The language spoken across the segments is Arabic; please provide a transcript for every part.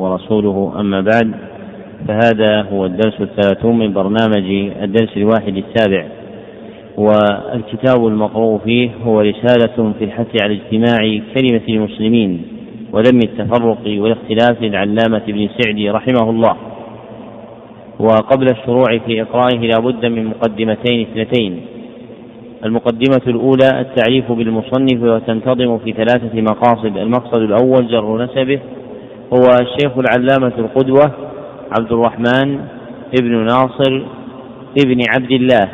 ورسوله، أما بعد، فهذا هو الدرس 30 من برنامج الدرس 71، والكتاب المقروء فيه هو رسالة في الحث على اجتماع كلمة المسلمين ولم التفرق والاختلاف للعلامة ابن سعدي رحمه الله. وقبل الشروع في إقرائه لا بد من مقدمتين اثنتين. المقدمة الأولى التعريف بالمصنف، وتنتظم في 3 مقاصد. المقصد الأول جر نسبه، هو الشيخ العلامة القدوة عبد الرحمن ابن ناصر ابن عبد الله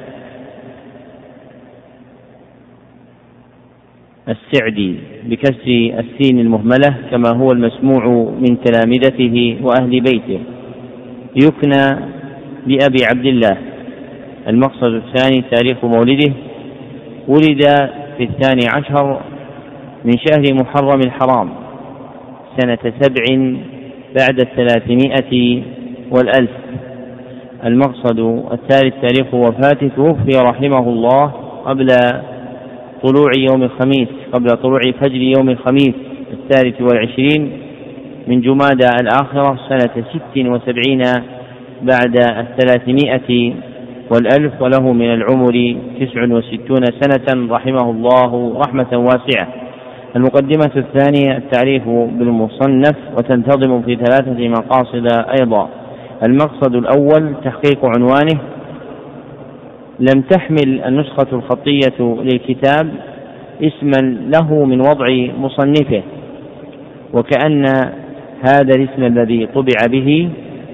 السعدي بكسر السين المهملة، كما هو المسموع من تلامذته وأهل بيته، يكنى بأبي عبد الله. المقصد الثاني تاريخ مولده، ولد في 12 من شهر محرم الحرام سنة 7 بعد 300 والألف. المقصد الثالث تاريخ وفاته، توفي رحمه الله قبل طلوع يوم الخميس، قبل طلوع فجر يوم الخميس 23 من جمادى الآخرة سنة 76 بعد 300 والألف، وله من العمر 69 سنة رحمه الله رحمة واسعة. المقدمة الثانية التعريف بالمصنف، وتنتظم في 3 مقاصد أيضا. المقصد الأول تحقيق عنوانه. لم تحمل النسخة الخطية للكتاب اسما له من وضع مصنفه، وكأن هذا الاسم الذي طبع به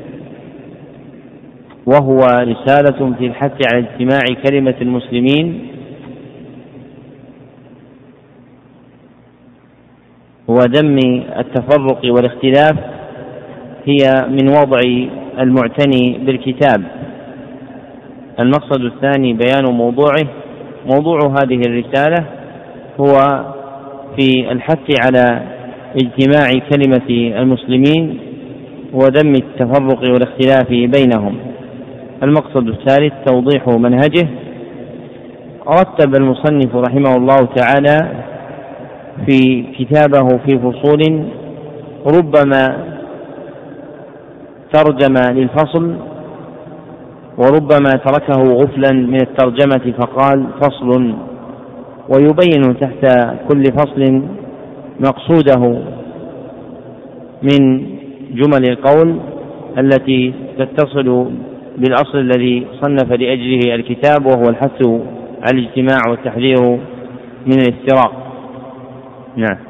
وهو رسالة في الحث على اجتماع كلمة المسلمين وذم التفرق والاختلاف، هي من وضع المعتني بالكتاب. المقصد الثاني بيان موضوعه. موضوع هذه الرسالة هو في الحث على اجتماع كلمة المسلمين وذم التفرق والاختلاف بينهم. المقصد الثالث توضيح منهجه. رتب المصنف رحمه الله تعالى في كتابه في فصول، ربما ترجم للفصل وربما تركه غفلا من الترجمة فقال فصل، ويبين تحت كل فصل مقصوده من جمل القول التي تتصل بالأصل الذي صنف لأجله الكتاب، وهو الحث على الاجتماع والتحذير من الافتراق. نعم.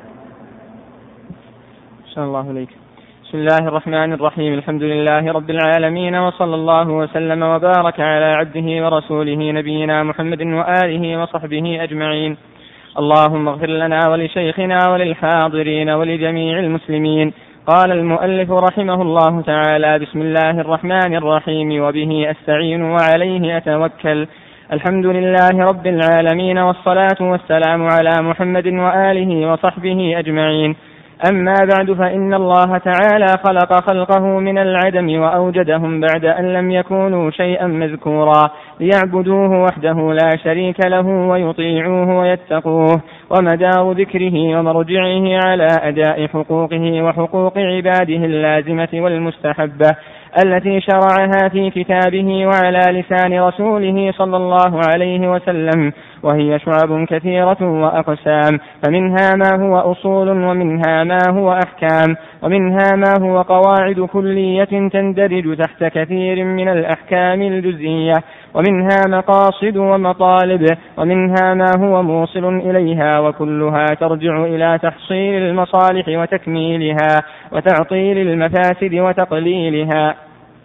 شاء الله عليك. بسم الله الرحمن الرحيم. الحمد لله رب العالمين، وصلى الله وسلم وبارك على عبده ورسوله نبينا محمد وآله وصحبه أجمعين. اللهم اغفر لنا ولشيخنا وللحاضرين ولجميع المسلمين. قال المؤلف رحمه الله تعالى: بسم الله الرحمن الرحيم، وبه أستعين وعليه أتوكل. الحمد لله رب العالمين، والصلاة والسلام على محمد وآله وصحبه أجمعين. أما بعد، فإن الله تعالى خلق خلقه من العدم وأوجدهم بعد أن لم يكونوا شيئا مذكورا، ليعبدوه وحده لا شريك له ويطيعوه ويتقوه، ومدار ذكره ومرجعه على أداء حقوقه وحقوق عباده اللازمة والمستحبة التي شرعها في كتابه وعلى لسان رسوله صلى الله عليه وسلم، وهي شعب كثيرة وأقسام، فمنها ما هو أصول، ومنها ما هو أحكام، ومنها ما هو قواعد كلية تندرج تحت كثير من الأحكام الجزئية، ومنها مقاصد ومطالب، ومنها ما هو موصل إليها، وكلها ترجع إلى تحصيل المصالح وتكميلها وتعطيل المفاسد وتقليلها.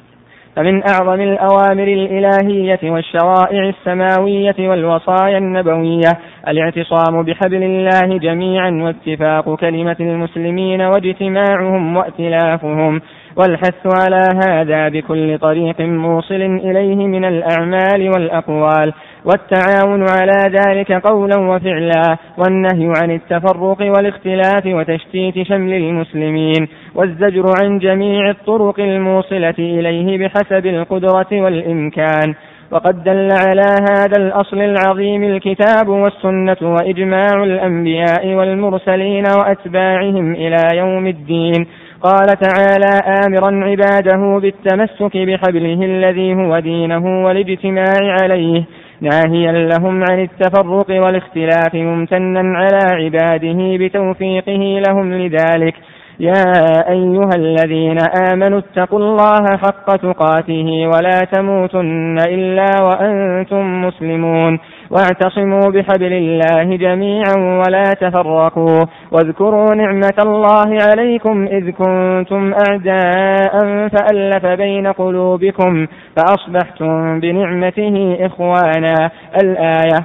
فمن أعظم الأوامر الإلهية والشرائع السماوية والوصايا النبوية الاعتصام بحبل الله جميعا، واتفاق كلمة المسلمين واجتماعهم وائتلافهم، والحث على هذا بكل طريق موصل إليه من الأعمال والأقوال، والتعاون على ذلك قولا وفعلا، والنهي عن التفرق والاختلاف وتشتيت شمل المسلمين، والزجر عن جميع الطرق الموصلة إليه بحسب القدرة والإمكان. وقد دل على هذا الأصل العظيم الكتاب والسنة وإجماع الأنبياء والمرسلين وأتباعهم إلى يوم الدين، قال تعالى آمرا عباده بالتمسك بحبله الذي هو دينه والاجتماع عليه، ناهيا لهم عن التفرق والاختلاف، ممتنا على عباده بتوفيقه لهم لذلك. يا أيها الذين آمنوا اتقوا الله حق تقاته ولا تموتن إلا وأنتم مسلمون، واعتصموا بحبل الله جميعا ولا تفرقوا، واذكروا نعمة الله عليكم إذ كنتم أعداء فألف بين قلوبكم فأصبحتم بنعمته إخوانا. الآية.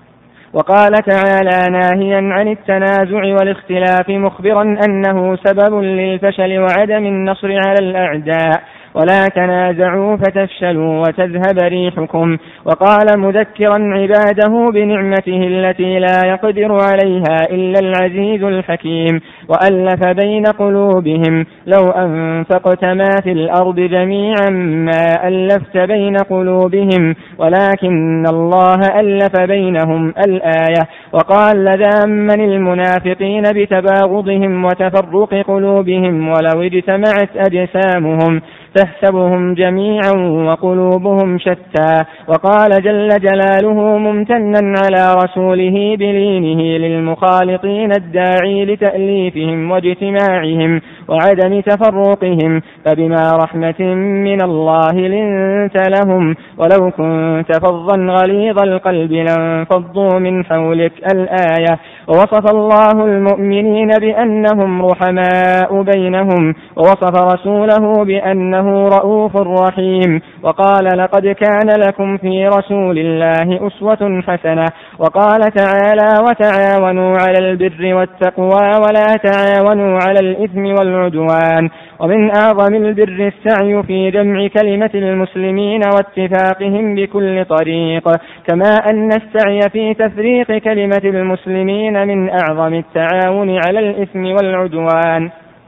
وقال تعالى ناهيا عن التنازع والاختلاف مخبرا أنه سبب للفشل وعدم النصر على الأعداء، ولا تنازعوا فتفشلوا وتذهب ريحكم. وقال مذكرا عباده بنعمته التي لا يقدر عليها إلا العزيز الحكيم، وألف بين قلوبهم لو أنفقت ما في الأرض جميعا ما ألفت بين قلوبهم ولكن الله ألف بينهم. الآية. وقال ذاما المنافقين بتباغضهم وتفرق قلوبهم ولو اجتمعت أجسامهم تحسبهم جميعا وقلوبهم شتى. وقال جل جلاله ممتنا على رسوله بلينه للمخالطين الداعي لتأليفهم واجتماعهم وعدم تفرقهم، فبما رحمة من الله لنت لهم ولو كنت فظا غليظ القلب لانفضوا من حولك. الآية. ووصف الله المؤمنين بأنهم رحماء بينهم، ووصف رسوله بأنه رؤوف رحيم، وقال لقد كان لكم في رسول الله أسوة حسنة. وقال تعالى وتعاونوا على البر والتقوى ولا تعاونوا على الإثم والعدوان. ومن أعظم البر السعي في جمع كلمة المسلمين واتفاقهم بكل طريق، كما أن السعي في تفريق كلمة المسلمين من أعظم التعاون على الإثم والعدوان.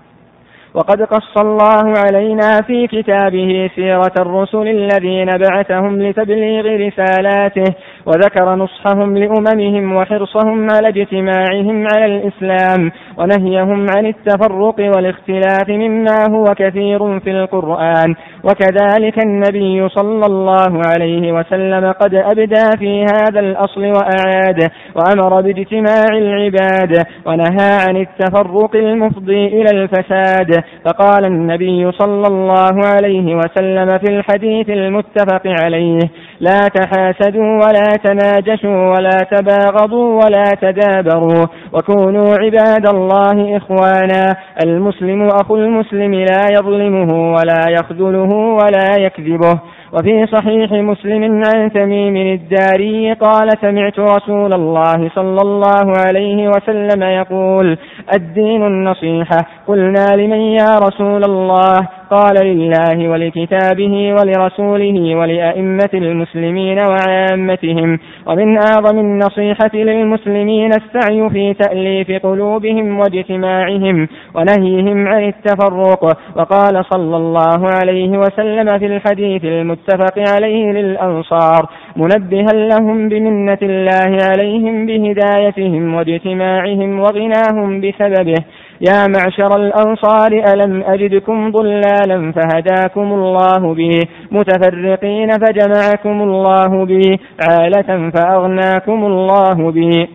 وقد قص الله علينا في كتابه سيرة الرسل الذين بعثهم لتبليغ رسالاته، وذكر نصحهم لأممهم وحرصهم على اجتماعهم على الإسلام ونهيهم عن التفرق والاختلاف مما هو كثير في القرآن. وكذلك النبي صلى الله عليه وسلم قد أبدى في هذا الأصل وأعاد، وأمر باجتماع العباد ونهى عن التفرق المفضي إلى الفساد. فقال النبي صلى الله عليه وسلم في الحديث المتفق عليه: لا تحاسدوا ولا تناجشوا ولا تباغضوا ولا تدابروا وكونوا عباد الله إخوانا، المسلم أخو المسلم لا يظلمه ولا يخذله ولا يكذبه. وفي صحيح مسلم عن تميم الداري قال: سمعت رسول الله صلى الله عليه وسلم يقول: الدين النصيحة. قلنا: لمن يا رسول الله؟ قال: لله ولكتابه ولرسوله ولأئمة المسلمين وعامتهم. ومن أعظم النصيحة للمسلمين السعي في تأليف قلوبهم واجتماعهم ونهيهم عن التفرق. وقال صلى الله عليه وسلم في الحديث المتفق عليه للأنصار منبها لهم بمنة الله عليهم بهدايتهم واجتماعهم وغناهم بسببه: يا معشر الأنصار ألم أجدكم ضلالا فهداكم الله به، متفرقين فجمعكم الله به، عالة فأغناكم الله به.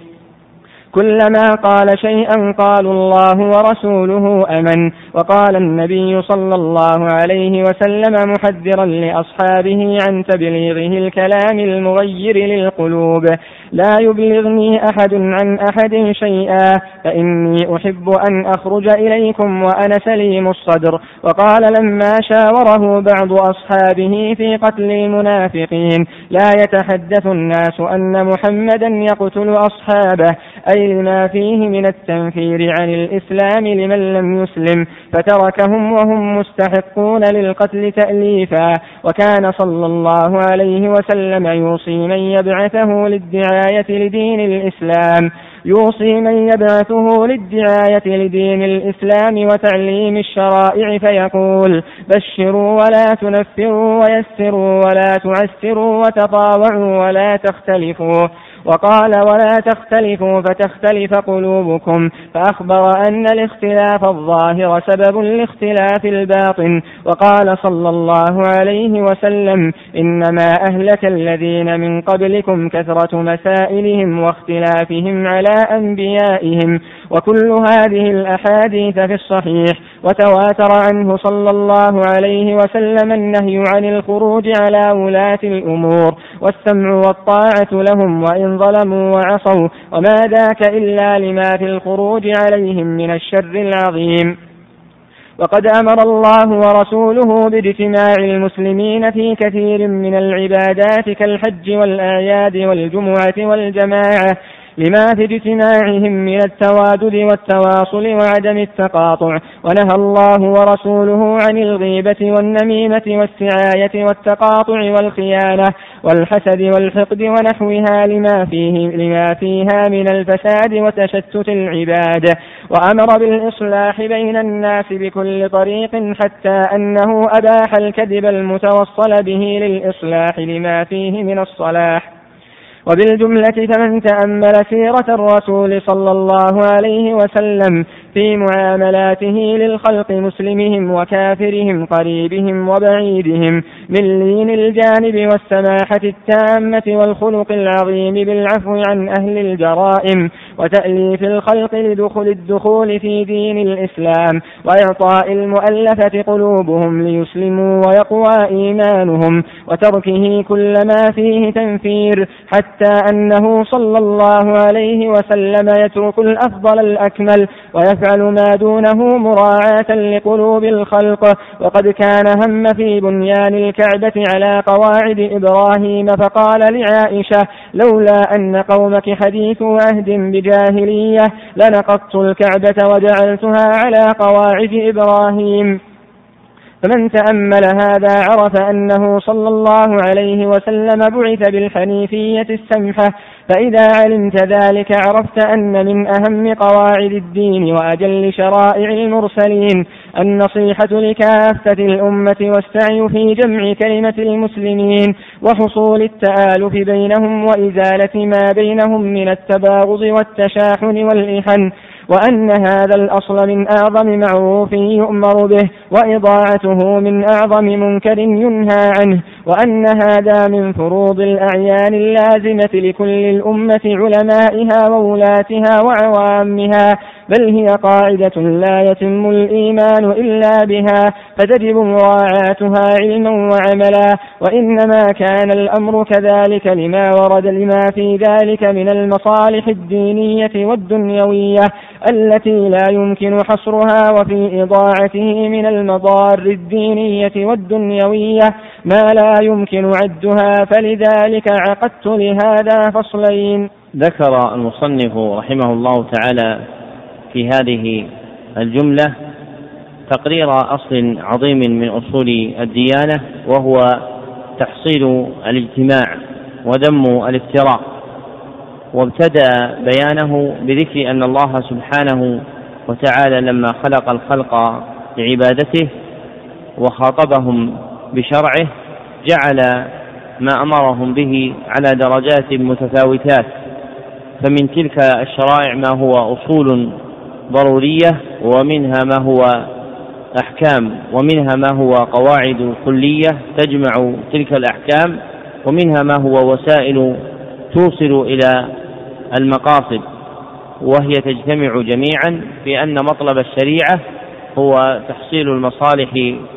كلما قال شيئا قالوا الله ورسوله أمن. وقال النبي صلى الله عليه وسلم محذرا لأصحابه عن تبليغه الكلام المغير للقلوب: لا يبلغني أحد عن أحد شيئا فإني أحب أن أخرج إليكم وأنا سليم الصدر. وقال لما شاوره بعض أصحابه في قتل المنافقين: لا يتحدث الناس أن محمدا يقتل أصحابه، أي لما فيه من التنفير عن الإسلام لمن لم يسلم، فتركهم وهم مستحقون للقتل تأليفا. وكان صلى الله عليه وسلم يوصي من يبعثه للدعاية لدين الإسلام لدين الإسلام وتعليم الشرائع، فيقول: بشروا ولا تنفروا ويسروا ولا تعسروا وتطاوعوا ولا تختلفوا. وقال ولا تختلفوا فتختلف قلوبكم، فأخبر أن الاختلاف الظاهر سبب لاختلاف الباطن. وقال صلى الله عليه وسلم إنما أهلك الذين من قبلكم كثرة مسائلهم واختلافهم على أنبيائهم. وكل هذه الأحاديث في الصحيح. وتواتر عنه صلى الله عليه وسلم النهي عن الخروج على ولاة الأمور والسمع والطاعة لهم وإن ظلموا وعصوا، وما ذاك إلا لما في الخروج عليهم من الشر العظيم. وقد أمر الله ورسوله باجتماع المسلمين في كثير من العبادات كالحج والأعياد والجمعة والجماعة لما في اجتماعهم من التوادد والتواصل وعدم التقاطع. ونهى الله ورسوله عن الغيبة والنميمة والسعاية والتقاطع والخيانة والحسد والحقد ونحوها لما فيها من الفساد وتشتت العباد. وأمر بالإصلاح بين الناس بكل طريق حتى أنه أباح الكذب المتوصل به للإصلاح لما فيه من الصلاح. وبالجملة فمن تأمل سيرة الرسول صلى الله عليه وسلم في معاملاته للخلق مسلمهم وكافرهم قريبهم وبعيدهم من لين الجانب والسماحة التامة والخلق العظيم بالعفو عن أهل الجرائم وتأليف الخلق الدخول في دين الإسلام وإعطاء المؤلفة قلوبهم ليسلموا ويقوى إيمانهم وتركه كل ما فيه تنفير حتى أنه صلى الله عليه وسلم يترك الأفضل الأكمل ويفعل ما دونه مراعاة لقلوب الخلق. وقد كان هم في بنيان الكعبة على قواعد إبراهيم فقال لعائشة لولا أن قومك حديث عهد بجاهلية لنقضت الكعبة وجعلتها على قواعد إبراهيم. فمن تأمل هذا عرف أنه صلى الله عليه وسلم بعث بالحنيفية السمحة. فإذا علمت ذلك عرفت أن من أهم قواعد الدين وأجل شرائع المرسلين النصيحة لكافة الأمة والسعي في جمع كلمة المسلمين وحصول التآلف بينهم وإزالة ما بينهم من التباغض والتشاحن والإحن. وأن هذا الأصل من أعظم معروف يؤمر به وإضاعته من أعظم منكر ينهى عنه. وأن هذا من فروض الأعيان اللازمة لكل الأمة علمائها وولاتها وعوامها، بل هي قاعدة لا يتم الإيمان إلا بها فتجب مراعاتها علما وعملا. وإنما كان الأمر كذلك لما ورد لما في ذلك من المصالح الدينية والدنيوية التي لا يمكن حصرها، وفي إضاعته من المضار الدينية والدنيوية ما لا يمكن عدها، فلذلك عقدت لهذا فصلين. ذكر المصنف رحمه الله تعالى في هذه الجملة تقرير أصل عظيم من أصول الديانة وهو تحصيل الاجتماع وذم الافتراق. وابتدأ بيانه بذكر أن الله سبحانه وتعالى لما خلق الخلق لعبادته وخاطبهم بشرعه جعل ما أمرهم به على درجات متفاوتات، فمن تلك الشرائع ما هو أصول ضرورية، ومنها ما هو أحكام، ومنها ما هو قواعد كلية تجمع تلك الأحكام، ومنها ما هو وسائل توصل إلى المقاصد، وهي تجتمع جميعا في أن مطلب الشريعة هو تحصيل المصالح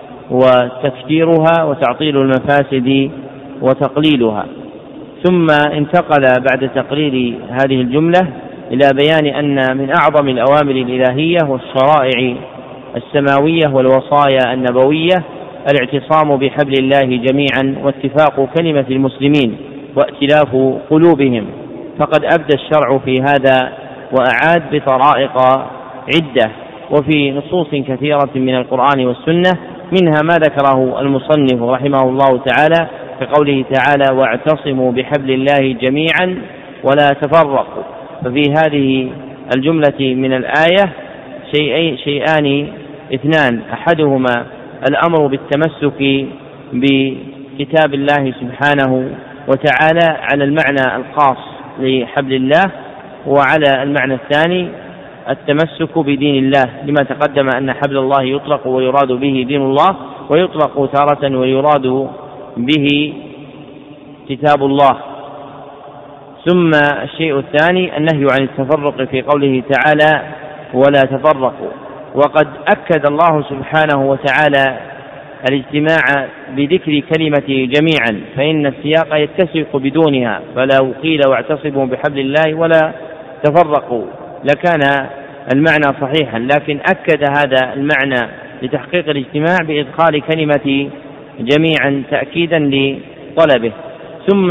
وتفجيرها وتعطيل المفاسد وتقليلها. ثم انتقل بعد تقرير هذه الجملة إلى بيان أن من أعظم الأوامر الإلهية والشرائع السماوية والوصايا النبوية الاعتصام بحبل الله جميعا واتفاق كلمة المسلمين وائتلاف قلوبهم. فقد أبدى الشرع في هذا وأعاد بطرائق عدة وفي نصوص كثيرة من القرآن والسنة، منها ما ذكره المصنف رحمه الله تعالى في قوله تعالى واعتصموا بحبل الله جميعا ولا تفرقوا. ففي هذه الجملة من الآية شيئان اثنان، أحدهما الأمر بالتمسك بكتاب الله سبحانه وتعالى على المعنى الخاص لحبل الله، وعلى المعنى الثاني التمسك بدين الله، لما تقدم أن حبل الله يطلق ويراد به دين الله، ويطلق تارة ويراد به كتاب الله. ثم الشيء الثاني النهي عن التفرق في قوله تعالى ولا تفرقوا، وقد أكد الله سبحانه وتعالى الاجتماع بذكر كلمة جميعا، فإن السياق يتسق بدونها، فلو قيل واعتصموا بحبل الله ولا تفرقوا لكان المعنى صحيحا، لكن أكد هذا المعنى لتحقيق الاجتماع بإدخال كلمة جميعا تأكيدا لطلبه. ثم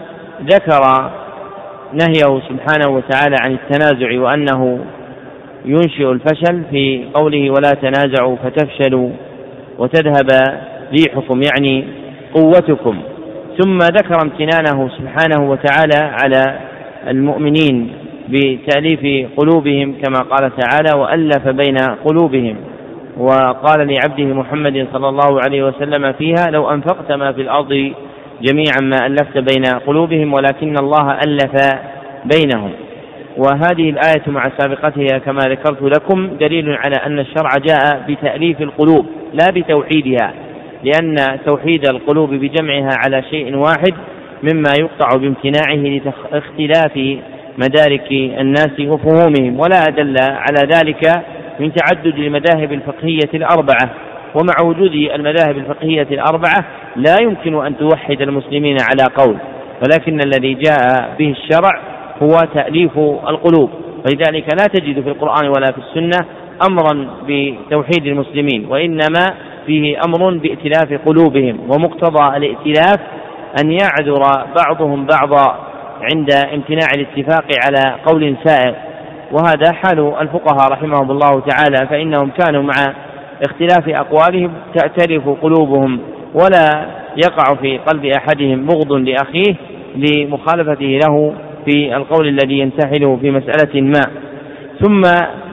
ذكر نهيه سبحانه وتعالى عن التنازع، وأنه ينشئ الفشل في قوله ولا تنازعوا فتفشلوا وتذهب ريحكم، يعني قوتكم. ثم ذكر امتنانه سبحانه وتعالى على المؤمنين بتأليف قلوبهم، كما قال تعالى وألف بين قلوبهم، وقال لعبده محمد صلى الله عليه وسلم فيها لو أنفقت ما في الأرض جميعا ما ألفت بين قلوبهم ولكن الله ألف بينهم. وهذه الآية مع سابقتها كما ذكرت لكم دليل على أن الشرع جاء بتأليف القلوب لا بتوحيدها، لأن توحيد القلوب بجمعها على شيء واحد مما يقطع بامتناعه لاختلاف مدارك الناس وفهومهم، ولا أدل على ذلك من تعدد المذاهب الفقهية الأربعة. ومع وجود المذاهب الفقهية الأربعة لا يمكن أن توحد المسلمين على قول، ولكن الذي جاء به الشرع هو تأليف القلوب، ولذلك لا تجد في القرآن ولا في السنة أمرا بتوحيد المسلمين، وإنما فيه أمر بائتلاف قلوبهم، ومقتضى الائتلاف أن يعذر بعضهم بعضا عند امتناع الاتفاق على قول سائغ، وهذا حال الفقهاء رحمهم الله تعالى، فإنهم كانوا مع اختلاف أقوالهم تأتلف قلوبهم، ولا يقع في قلب أحدهم بغض لأخيه لمخالفته له في القول الذي ينتحله في مسألة ما. ثم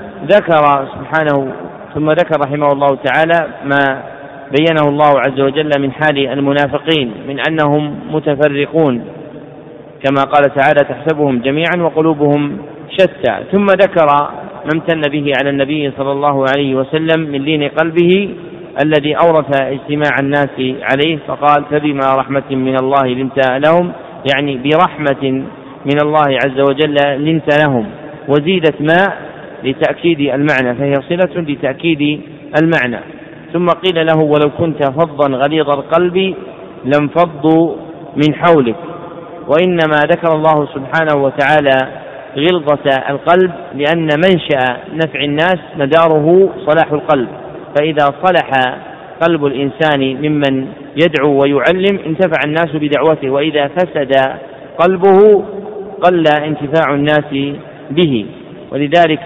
ذكر رحمه الله تعالى ما بينه الله عز وجل من حال المنافقين من أنهم متفرقون، كما قال تعالى تحسبهم جميعا وقلوبهم شتى. ثم ذكر ما امتن به على النبي صلى الله عليه وسلم من لين قلبه الذي أورث اجتماع الناس عليه، فقال فبما رحمة من الله لنت لهم، يعني برحمة من الله عز وجل لنت لهم، وزيدت ما لتأكيد المعنى، فهي صلة لتأكيد المعنى. ثم قيل له ولو كنت فظا غليظ القلب لانفضوا من حولك، وإنما ذكر الله سبحانه وتعالى غلظة القلب لأن منشأ نفع الناس مداره صلاح القلب، فإذا صلح قلب الإنسان ممن يدعو ويعلم انتفع الناس بدعوته، وإذا فسد قلبه قل انتفاع الناس به. ولذلك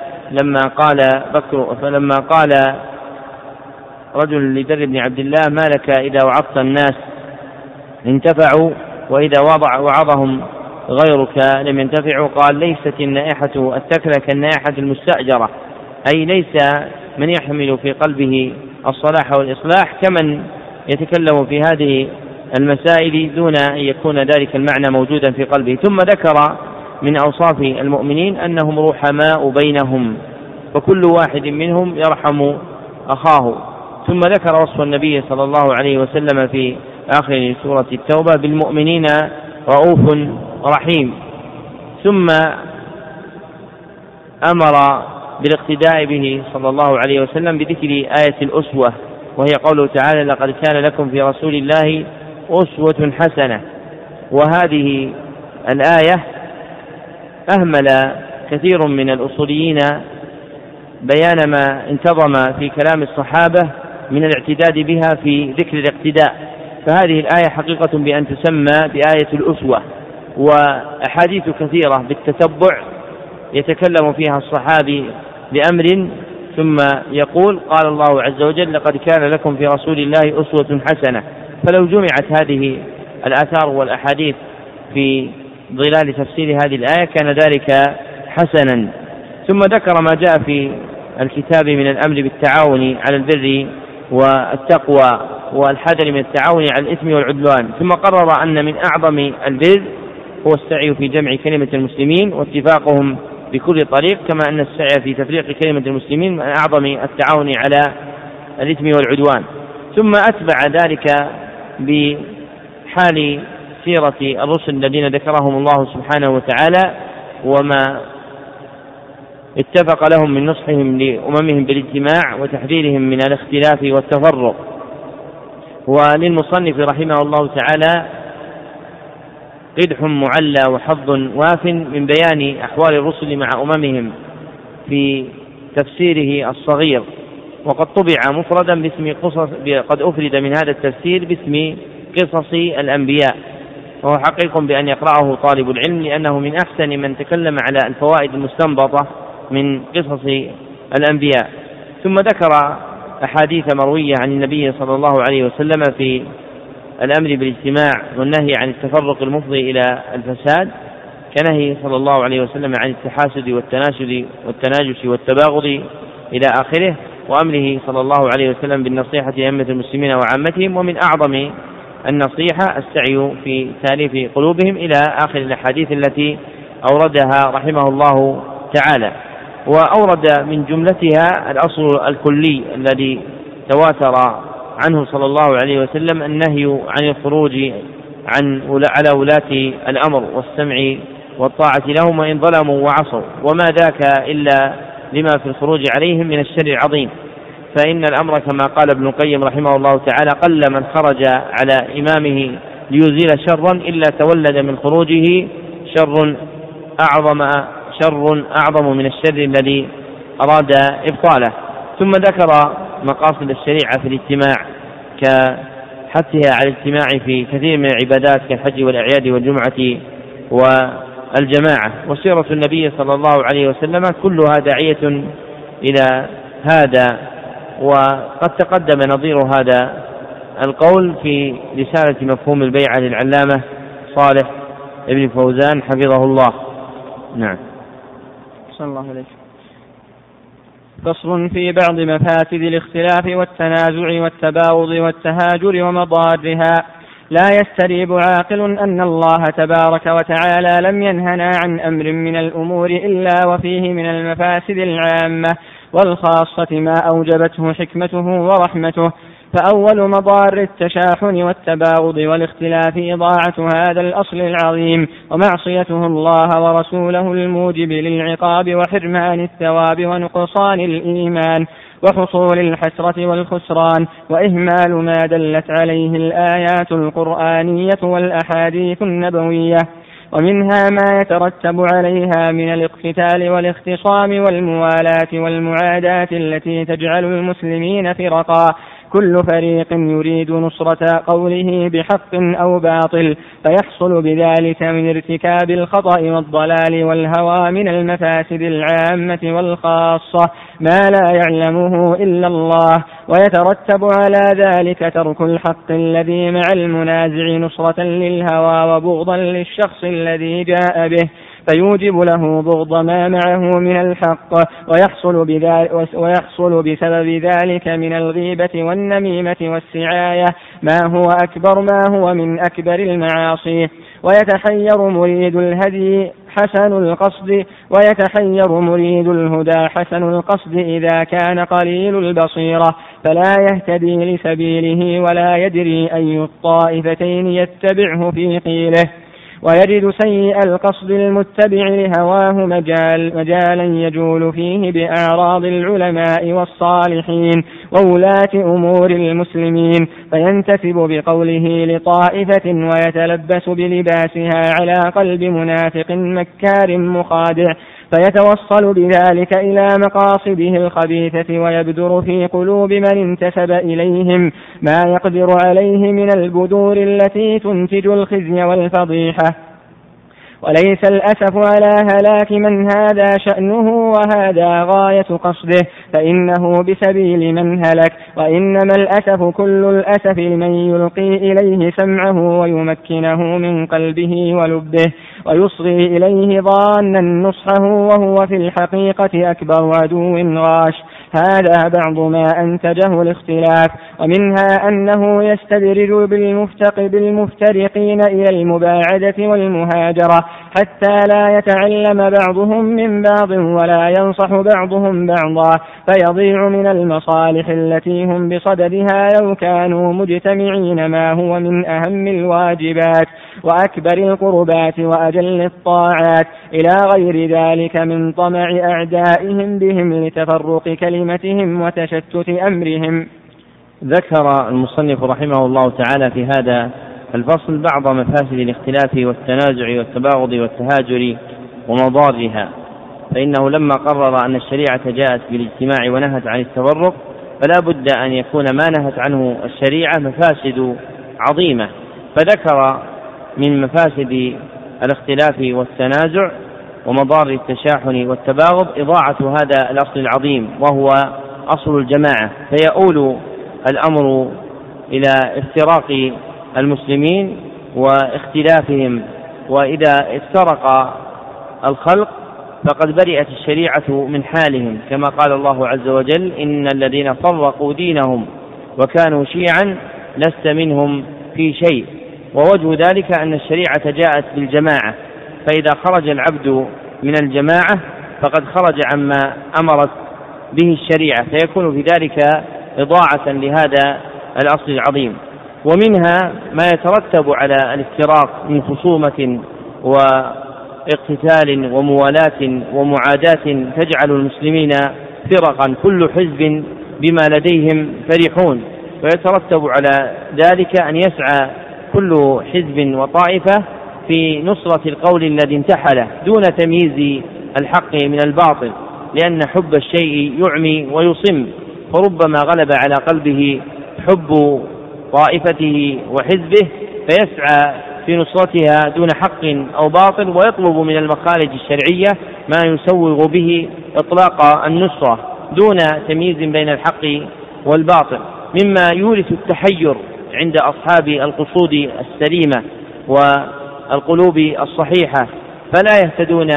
لما قال رجل لذر بن عبد الله ما لك إذا وعظت الناس انتفعوا وإذا وعظهم غيرك لم ينتفعوا؟ قال ليست النائحة التكلة كالنائحة المستأجرة، أي ليس من يحمل في قلبه الصلاح والإصلاح كمن يتكلم في هذه المسائل دون أن يكون ذلك المعنى موجودا في قلبه. ثم ذكر من أوصاف المؤمنين أنهم رحماء بينهم، وكل واحد منهم يرحم أخاه. ثم ذكر وصف النبي صلى الله عليه وسلم في آخر سورة التوبة بالمؤمنين رؤوف رحيم. ثم أمر بالاقتداء به صلى الله عليه وسلم بذكر آية الأسوة، وهي قوله تعالى لقد كان لكم في رسول الله أسوة حسنة. وهذه الآية أهمل كثير من الأصوليين بيان ما انتظم في كلام الصحابة من الاعتداد بها في ذكر الاقتداء، فهذه الآية حقيقة بأن تسمى بآية الأسوة، وأحاديث كثيرة بالتتبع يتكلم فيها الصحابي بأمر ثم يقول قال الله عز وجل لقد كان لكم في رسول الله أسوة حسنة، فلو جمعت هذه الآثار والأحاديث في ظلال تفسير هذه الآية كان ذلك حسنا. ثم ذكر ما جاء في الكتاب من الأمر بالتعاون على البر والتقوى والحذر من التعاون على الإثم والعدوان. ثم قرر أن من أعظم البر هو السعي في جمع كلمة المسلمين واتفاقهم بكل طريق، كما أن السعي في تفريق كلمة المسلمين من أعظم التعاون على الإثم والعدوان. ثم أتبع ذلك بحال سيرة الرسل الذين ذكرهم الله سبحانه وتعالى وما اتفق لهم من نصحهم لأممهم بالاجتماع وتحذيرهم من الاختلاف والتفرق. وللمصنف رحمه الله تعالى قدح معلى وحظ واف من بيان أحوال الرسل مع أممهم في تفسيره الصغير، وقد طبع مفردا باسم قصص، قد أفرد من هذا التفسير باسم قصص الأنبياء، وهو حقيق بأن يقرأه طالب العلم لأنه من أحسن من تكلم على الفوائد المستنبطة من قصص الأنبياء. ثم ذكر أحاديث مروية عن النبي صلى الله عليه وسلم في الأمر بالاجتماع والنهي عن التفرق المفضي إلى الفساد، كنهي صلى الله عليه وسلم عن التحاسد والتناجش والتباغض إلى آخره، وأمره صلى الله عليه وسلم بالنصيحة لأئمة المسلمين وعامتهم، ومن أعظم النصيحة السعي في تأليف قلوبهم إلى آخر الأحاديث التي أوردها رحمه الله تعالى. وأورد من جملتها الأصل الكلي الذي تواتر عنه صلى الله عليه وسلم النهي عن الخروج على ولاة الأمر والسمع والطاعة لهم وإن ظلموا وعصوا، وما ذاك إلا لما في الخروج عليهم من الشر العظيم، فإن الأمر كما قال ابن القيم رحمه الله تعالى قل من خرج على إمامه ليزيل شرا إلا تولد من خروجه شر أعظم من الشر الذي أراد إبطاله. ثم ذكر مقاصد الشريعة في الاجتماع كحثها على الاجتماع في كثير من العبادات كالحج والأعياد والجمعة والجماعة. وسيرة النبي صلى الله عليه وسلم كلها داعية إلى هذا، وقد تقدم نظير هذا القول في رسالة مفهوم البيعة للعلامة صالح ابن فوزان حفظه الله. نعم. صلى الله عليه. فصل في بعض مفاسد الاختلاف والتنازع والتباغض والتهاجر ومضارها. لا يستريب عاقل أن الله تبارك وتعالى لم ينهنا عن أمر من الأمور إلا وفيه من المفاسد العامة والخاصة ما أوجبته حكمته ورحمته. فأول مضار التشاحن والتباغض والاختلاف إضاعة هذا الأصل العظيم ومعصيته الله ورسوله الموجب للعقاب وحرمان الثواب ونقصان الإيمان وحصول الحسرة والخسران وإهمال ما دلت عليه الآيات القرآنية والأحاديث النبوية، ومنها ما يترتب عليها من الاقتتال والاختصام والموالاة والمعاداة التي تجعل المسلمين فرقا كل فريق يريد نصرة قوله بحق أو باطل، فيحصل بذلك من ارتكاب الخطأ والضلال والهوى من المفاسد العامة والخاصة ما لا يعلمه إلا الله، ويترتب على ذلك ترك الحق الذي مع المنازع نصرة للهوى وبغضا للشخص الذي جاء به، فيوجب له بغض ما معه من الحق، ويحصل بسبب ذلك من الغيبة والنميمة والسعاية ما هو من أكبر المعاصي. ويتحير مريد الهدى حسن القصد إذا كان قليل البصيرة فلا يهتدي لسبيله ولا يدري أي الطائفتين يتبعه في قيله، ويجد سيء القصد المتبع لهواه مجالا يجول فيه بأعراض العلماء والصالحين وولاة أمور المسلمين، فينتسب بقوله لطائفة ويتلبس بلباسها على قلب منافق مكار مخادع، فيتوصل بذلك إلى مقاصده الخبيثة ويبدر في قلوب من انتسب إليهم ما يقدر عليه من البذور التي تنتج الخزي والفضيحة. وليس الأسف على هلاك من هذا شأنه وهذا غاية قصده، فإنه بسبيل من هلك، وإنما الأسف كل الأسف لمن يلقي إليه سمعه ويمكنه من قلبه ولبه ويصغي إليه ظانا نصحه وهو في الحقيقة أكبر عدو غاش. هذا بعض ما أنتجه الاختلاف. ومنها أنه يستدرج بالمفترقين إلى المباعدة والمهاجرة حتى لا يتعلم بعضهم من بعض ولا ينصح بعضهم بعضا، فيضيع من المصالح التي هم بصددها لو كانوا مجتمعين، ما هو من أهم الواجبات وأكبر القربات وأجل الطاعات، إلى غير ذلك من طمع أعدائهم بهم لتفرق كلمتهم وتشتت أمرهم. ذكر المصنف رحمه الله تعالى في هذا الفصل بعض مفاسد الاختلاف والتنازع والتباغض والتهاجر ومضارها، فإنه لما قرر أن الشريعة جاءت بالاجتماع ونهت عن التفرق فلا بد أن يكون ما نهت عنه الشريعة مفاسد عظيمة، فذكر من مفاسد الاختلاف والتنازع ومضار التشاحن والتباغض إضاعة هذا الأصل العظيم وهو أصل الجماعة، فيؤول الأمر إلى افتراق المسلمين واختلافهم، وإذا افترق الخلق فقد برئت الشريعة من حالهم، كما قال الله عز وجل: إن الذين فرقوا دينهم وكانوا شيعا لست منهم في شيء. ووجه ذلك أن الشريعة جاءت بالجماعة، فإذا خرج العبد من الجماعة فقد خرج عما أمرت به الشريعة، فيكون في ذلك إضاعة لهذا الأصل العظيم. ومنها ما يترتب على الافتراق من خصومة واقتتال وموالاة ومعاداة تجعل المسلمين فرقا كل حزب بما لديهم فرحون، ويترتب على ذلك أن يسعى كل حزب وطائفة في نصرة القول الذي انتحله دون تمييز الحق من الباطل، لأن حب الشيء يعمي ويصم، فربما غلب على قلبه حب طائفته وحزبه فيسعى في نصرتها دون حق أو باطل، ويطلب من المخارج الشرعية ما يسوغ به إطلاق النصرة دون تمييز بين الحق والباطل، مما يورث التحير عند أصحاب القصود السليمة والقلوب الصحيحة، فلا يهتدون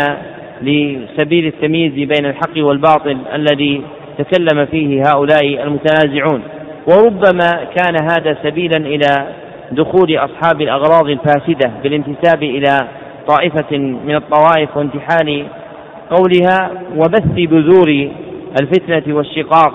لسبيل التمييز بين الحق والباطل الذي تكلم فيه هؤلاء المتنازعون. وربما كان هذا سبيلا إلى دخول أصحاب الأغراض الفاسدة بالانتساب إلى طائفة من الطوائف وانتحال قولها وبث بذور الفتنة والشقاق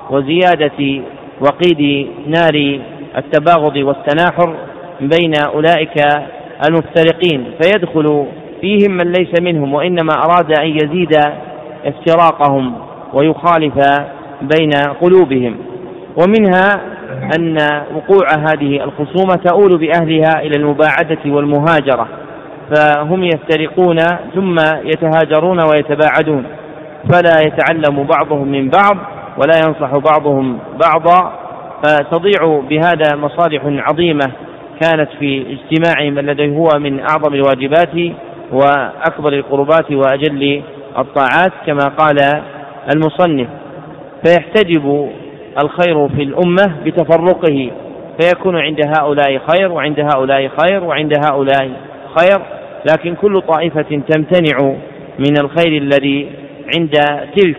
وزيادة وقيد نار التباغض والتناحر بين أولئك المفترقين، فيدخل فيهم من ليس منهم، وإنما أراد أن يزيد افتراقهم ويخالف بين قلوبهم. ومنها أن وقوع هذه الخصومة تؤول بأهلها إلى المباعدة والمهاجرة، فهم يفترقون ثم يتهاجرون ويتباعدون، فلا يتعلم بعضهم من بعض ولا ينصح بعضهم بعضا، فتضيع بهذا مصالح عظيمة كانت في اجتماعهم الذي هو من أعظم الواجبات وأكبر القربات وأجل الطاعات، كما قال المصنف: فيحتجب الخير في الأمة بتفرقه، فيكون عند هؤلاء خير وعند هؤلاء خير وعند هؤلاء خير، لكن كل طائفة تمتنع من الخير الذي عند تلك،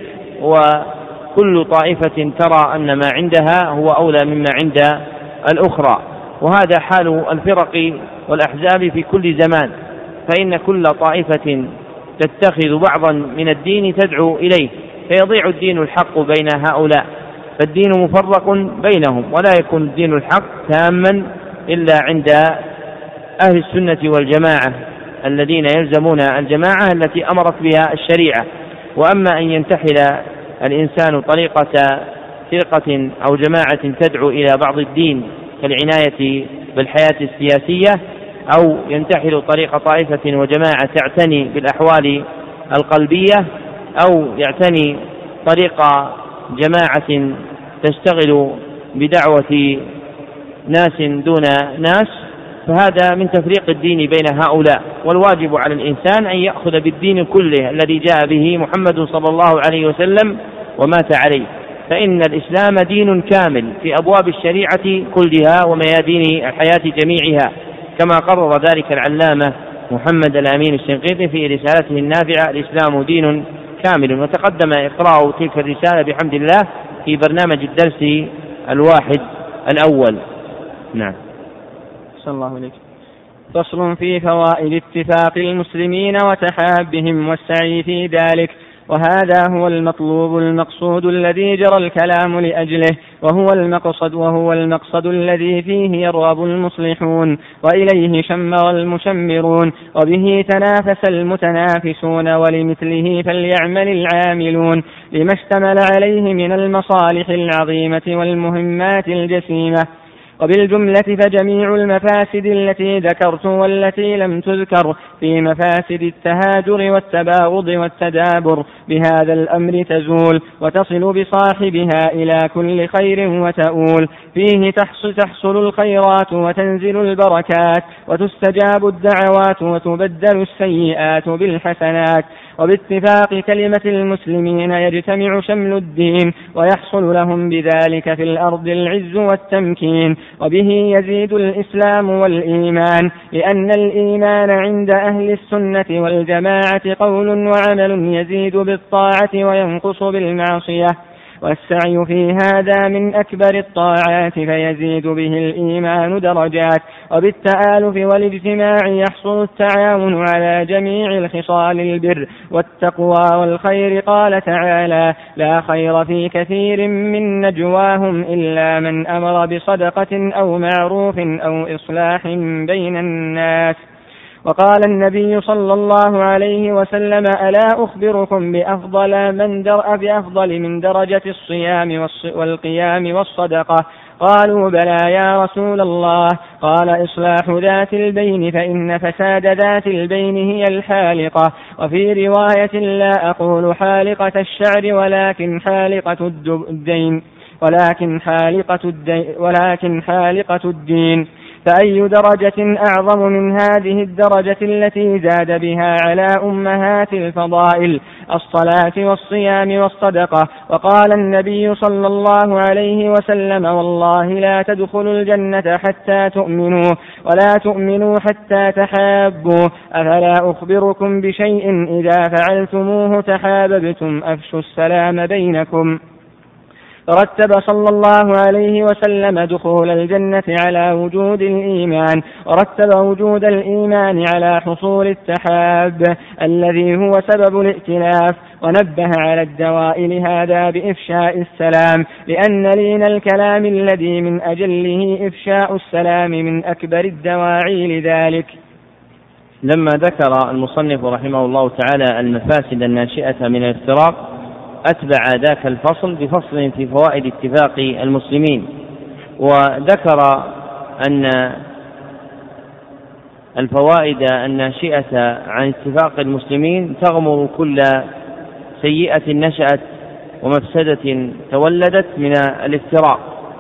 وكل طائفة ترى أن ما عندها هو أولى مما عند الأخرى. وهذا حال الفرق والأحزاب في كل زمان، فإن كل طائفة تتخذ بعضا من الدين تدعو إليه، فيضيع الدين الحق بين هؤلاء، فالدين مفرق بينهم، ولا يكون الدين الحق تاما إلا عند أهل السنة والجماعة الذين يلزمون الجماعة التي أمرت بها الشريعة. وأما أن ينتحل الإنسان طريقة فرقة أو جماعة تدعو إلى بعض الدين كالعناية بالحياة السياسية، أو ينتحل طريق طائفة وجماعة تعتني بالأحوال القلبية، أو يعتني طريق جماعة تشتغل بدعوة ناس دون ناس، فهذا من تفريق الدين بين هؤلاء. والواجب على الإنسان أن يأخذ بالدين كله الذي جاء به محمد صلى الله عليه وسلم ومات عليه، فإن الإسلام دين كامل في أبواب الشريعة كلها وميادين الحياة جميعها، كما قرر ذلك العلامة محمد الأمين الشنقيطي في رسالته النافعة: الإسلام دين كامل، وتقدم إقراء تلك الرسالة بحمد الله في برنامج الدرس الواحد الأول. نعم. صلى الله عليه. فصل في فوائد اتفاق المسلمين وتحابهم والسعي في ذلك. وهذا هو المطلوب المقصود الذي جرى الكلام لأجله، وهو المقصد الذي فيه يرغب المصلحون وإليه شمر المشمرون، وبه تنافس المتنافسون، ولمثله فليعمل العاملون، لما اشتمل عليه من المصالح العظيمة والمهمات الجسيمة. وبالجملة فجميع المفاسد التي ذكرت والتي لم تذكر في مفاسد التهاجر والتباغض والتدابر بهذا الأمر تزول، وتصل بصاحبها إلى كل خير وتؤول. فيه تحصل الخيرات وتنزل البركات وتستجاب الدعوات وتبدل السيئات بالحسنات. وباتفاق كلمة المسلمين يجتمع شمل الدين، ويحصل لهم بذلك في الأرض العز والتمكين. وبه يزيد الإسلام والإيمان، لأن الإيمان عند أهل السنة والجماعة قول وعمل يزيد بالطاعة وينقص بالمعصية، والسعي في هذا من أكبر الطاعات، فيزيد به الإيمان درجات. وبالتآلف والاجتماع يحصل التعاون على جميع الخصال البر والتقوى والخير. قال تعالى: لا خير في كثير من نجواهم إلا من أمر بصدقة أو معروف أو إصلاح بين الناس. وقال النبي صلى الله عليه وسلم: ألا أخبركم بأفضل من درجة الصيام والقيام والصدقة؟ قالوا: بلى يا رسول الله. قال: إصلاح ذات البين، فإن فساد ذات البين هي الحالقة. وفي رواية: لا أقول حالقة الشعر ولكن حالقة الدين. فأي درجة أعظم من هذه الدرجة التي زاد بها على أمهات الفضائل الصلاة والصيام والصدقة؟ وقال النبي صلى الله عليه وسلم: والله لا تدخلوا الجنة حتى تؤمنوا، ولا تؤمنوا حتى تحابوا. أفلا أخبركم بشيء إذا فعلتموه تحاببتم؟ أفشوا السلام بينكم. رتب صلى الله عليه وسلم دخول الجنة على وجود الإيمان، ورتب وجود الإيمان على حصول التحاب الذي هو سبب الائتلاف، ونبه على الدواء لهذا بإفشاء السلام، لأن لين الكلام الذي من أجله إفشاء السلام من أكبر الدواعي لذلك. لما ذكر المصنف رحمه الله تعالى المفاسد الناشئة من الافتراق، أتبع ذاك الفصل بفصل في فوائد اتفاق المسلمين، وذكر أن الفوائد الناشئة عن اتفاق المسلمين تغمر كل سيئة نشأت ومفسدة تولدت من الافتراق.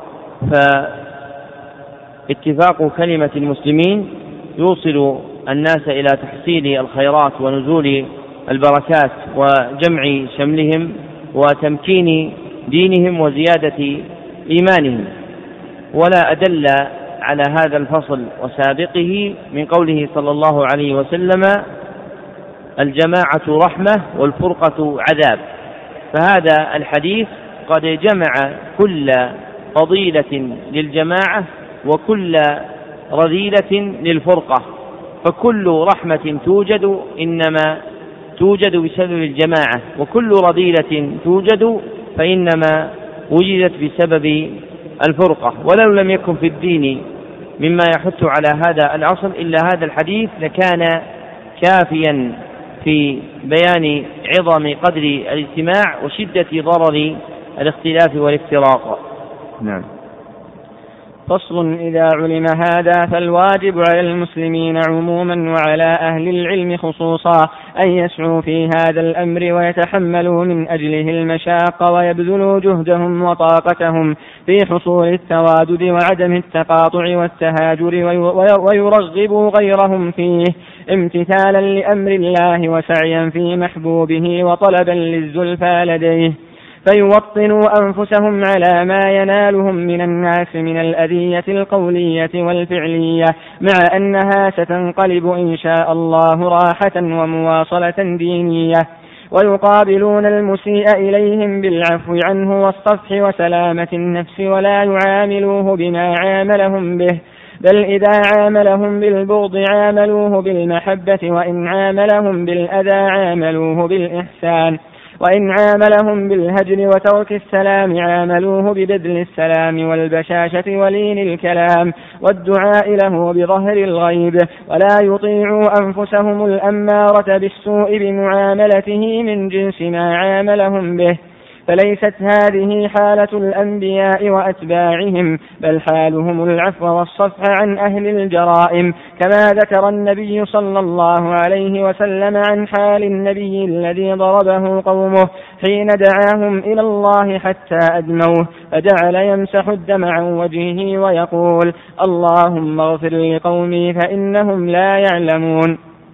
فاتفاق كلمة المسلمين يوصل الناس إلى تحصيل الخيرات ونزول البركات وجمع شملهم وتمكين دينهم وزيادة إيمانهم. ولا أدل على هذا الفصل وسابقه من قوله صلى الله عليه وسلم: الجماعة رحمة والفرقة عذاب. فهذا الحديث قد جمع كل فضيلة للجماعة وكل رذيلة للفرقة، فكل رحمة توجد إنما توجد بسبب الجماعة، وكل رذيلة توجد فإنما وجدت بسبب الفرقة. ولو لم يكن في الدين مما يحث على هذا الأصل إلا هذا الحديث لكان كافيا في بيان عظم قدر الاجتماع وشدة ضرر الاختلاف والافتراق. نعم. فصل: إذا علم هذا فالواجب على المسلمين عموما وعلى أهل العلم خصوصا أن يسعوا في هذا الأمر ويتحملوا من أجله المشاق ويبذلوا جهدهم وطاقتهم في حصول التوادد وعدم التقاطع والتهاجر، ويرغبوا غيرهم فيه امتثالا لأمر الله وسعيا في محبوبه وطلبا للزلفى لديه، فيوطنوا أنفسهم على ما ينالهم من الناس من الأذية القولية والفعلية، مع أنها ستنقلب إن شاء الله راحة ومواصلة دينية. ويقابلون المسيء إليهم بالعفو عنه والصفح وسلامة النفس، ولا يعاملوه بما عاملهم به، بل إذا عاملهم بالبغض عاملوه بالمحبة، وإن عاملهم بالأذى عاملوه بالإحسان، وإن عاملهم بالهجر وترك السلام عاملوه ببذل السلام والبشاشة ولين الكلام والدعاء له بظهر الغيب، ولا يطيعوا أنفسهم الأمارة بالسوء بمعاملته من جنس ما عاملهم به. فليست هذه حالة الأنبياء وأتباعهم، بل حالهم العفو والصفح عن أهل الجرائم، كما ذكر النبي صلى الله عليه وسلم عن حال النبي الذي ضربه قومه حين دعاهم إلى الله حتى أدموه، فجعل يمسح الدم عن وجهه ويقول: اللهم اغفر لقومي فإنهم لا يعلمون.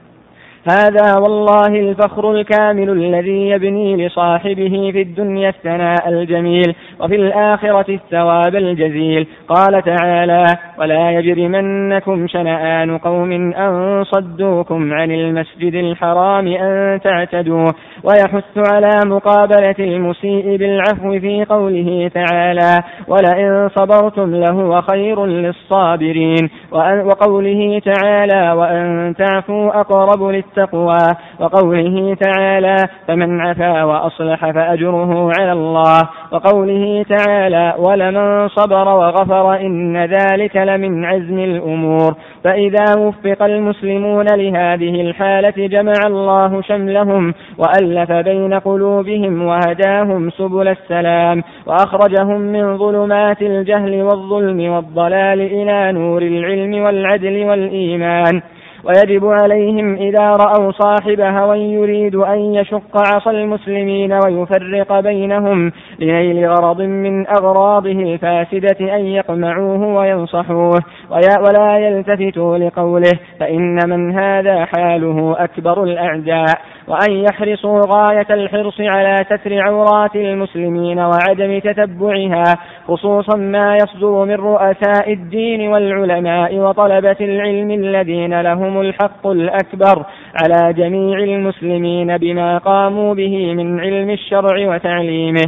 هذا والله الفخر الكامل الذي يبني لصاحبه في الدنيا الثناء الجميل وفي الآخرة الثواب الجزيل. قال تعالى: ولا يجرمنكم شنآن قوم أن صدوكم عن المسجد الحرام أن تعتدوا، ويحث على مقابلة المسيء بالعفو في قوله تعالى: ولئن صبرتم لهو خير للصابرين، وقوله تعالى: وأن تعفوا أقرب للتقوى، وقوله تعالى: فمن عفا وأصلح فأجره على الله، وقوله تعالى: ولمن صبر وغفر إن ذلك لمن عزم الأمور. فإذا وفق المسلمون لهذه الحالة جمع الله شملهم وألف بين قلوبهم وهداهم سبل السلام، وأخرجهم من ظلمات الجهل والظلم والضلال إلى نور العلم والعدل والإيمان. ويجب عليهم إذا رأوا صاحب هوى يريد أن يشق عصا المسلمين ويفرق بينهم لنيل غرض من أغراضه الفاسدة أن يقمعوه وينصحوه ولا يلتفتوا لقوله، فإن من هذا حاله أكبر الأعداء، وأن يحرصوا غاية الحرص على ستر عورات المسلمين وعدم تتبعها، خصوصا ما يصدر من رؤساء الدين والعلماء وطلبة العلم الذين لهم الحق الأكبر على جميع المسلمين بما قاموا به من علم الشرع وتعليمه،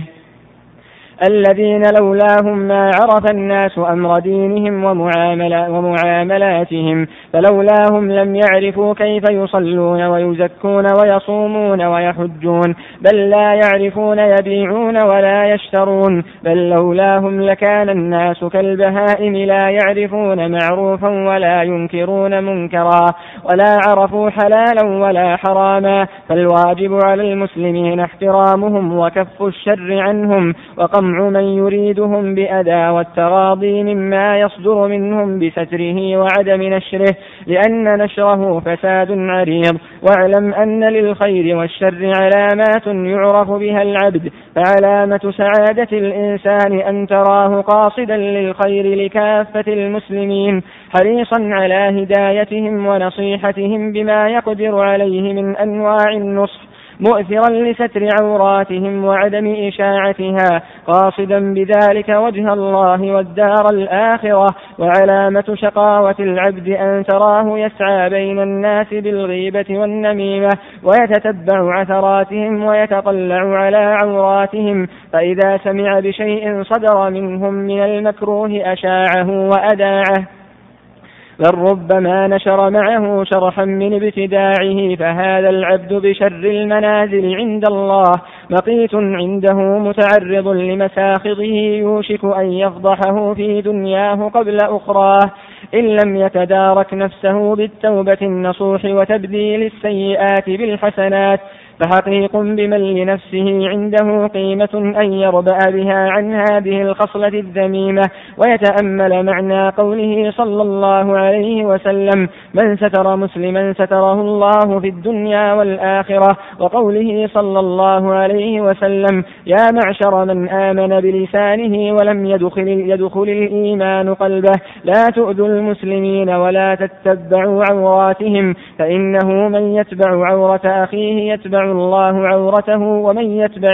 الذين لولاهم ما عرف الناس أمر دينهم ومعاملاتهم، فلولاهم لم يعرفوا كيف يصلون ويزكون ويصومون ويحجون، بل لا يعرفون يبيعون ولا يشترون، بل لولاهم لكان الناس كالبهائم لا يعرفون معروفا ولا ينكرون منكرا، ولا عرفوا حلالا ولا حراما. فالواجب على المسلمين احترامهم وكف الشر عنهم وقمع من يريدهم بأذى والتغاضي مما يصدر منهم بستره وعدم نشره، لأن نشره فساد عريض. واعلم أن للخير والشر علامات يعرف بها العبد، فعلامة سعادة الإنسان أن تراه قاصدا للخير لكافة المسلمين، حريصا على هدايتهم ونصيحتهم بما يقدر عليه من أنواع النصح، مؤثرا لستر عوراتهم وعدم إشاعتها، قاصدا بذلك وجه الله والدار الآخرة. وعلامة شقاوة العبد أن تراه يسعى بين الناس بالغيبة والنميمة ويتتبع عثراتهم ويتطلع على عوراتهم، فإذا سمع بشيء صدر منهم من المكروه أشاعه وأداعه، بل ربما نشر معه شرحا من ابتداعه، فهذا العبد بشر المنازل عند الله مقيت عنده متعرض لمساخطه، يوشك أن يفضحه في دنياه قبل أخراه إن لم يتدارك نفسه بالتوبة النصوح وتبديل السيئات بالحسنات. فحقيق بمن لنفسه عنده قيمة أن يربأ بها عن هذه الخصلة الذميمة، ويتأمل معنى قوله صلى الله عليه وسلم: من ستر مسلما ستره الله في الدنيا والآخرة، وقوله صلى الله عليه وسلم: يا معشر من آمن بلسانه ولم يدخل الإيمان قلبه، لا تؤذوا المسلمين ولا تتبعوا عوراتهم، فإنه من يتبع عورة أخيه يتبع الله عورته، ومن يتبع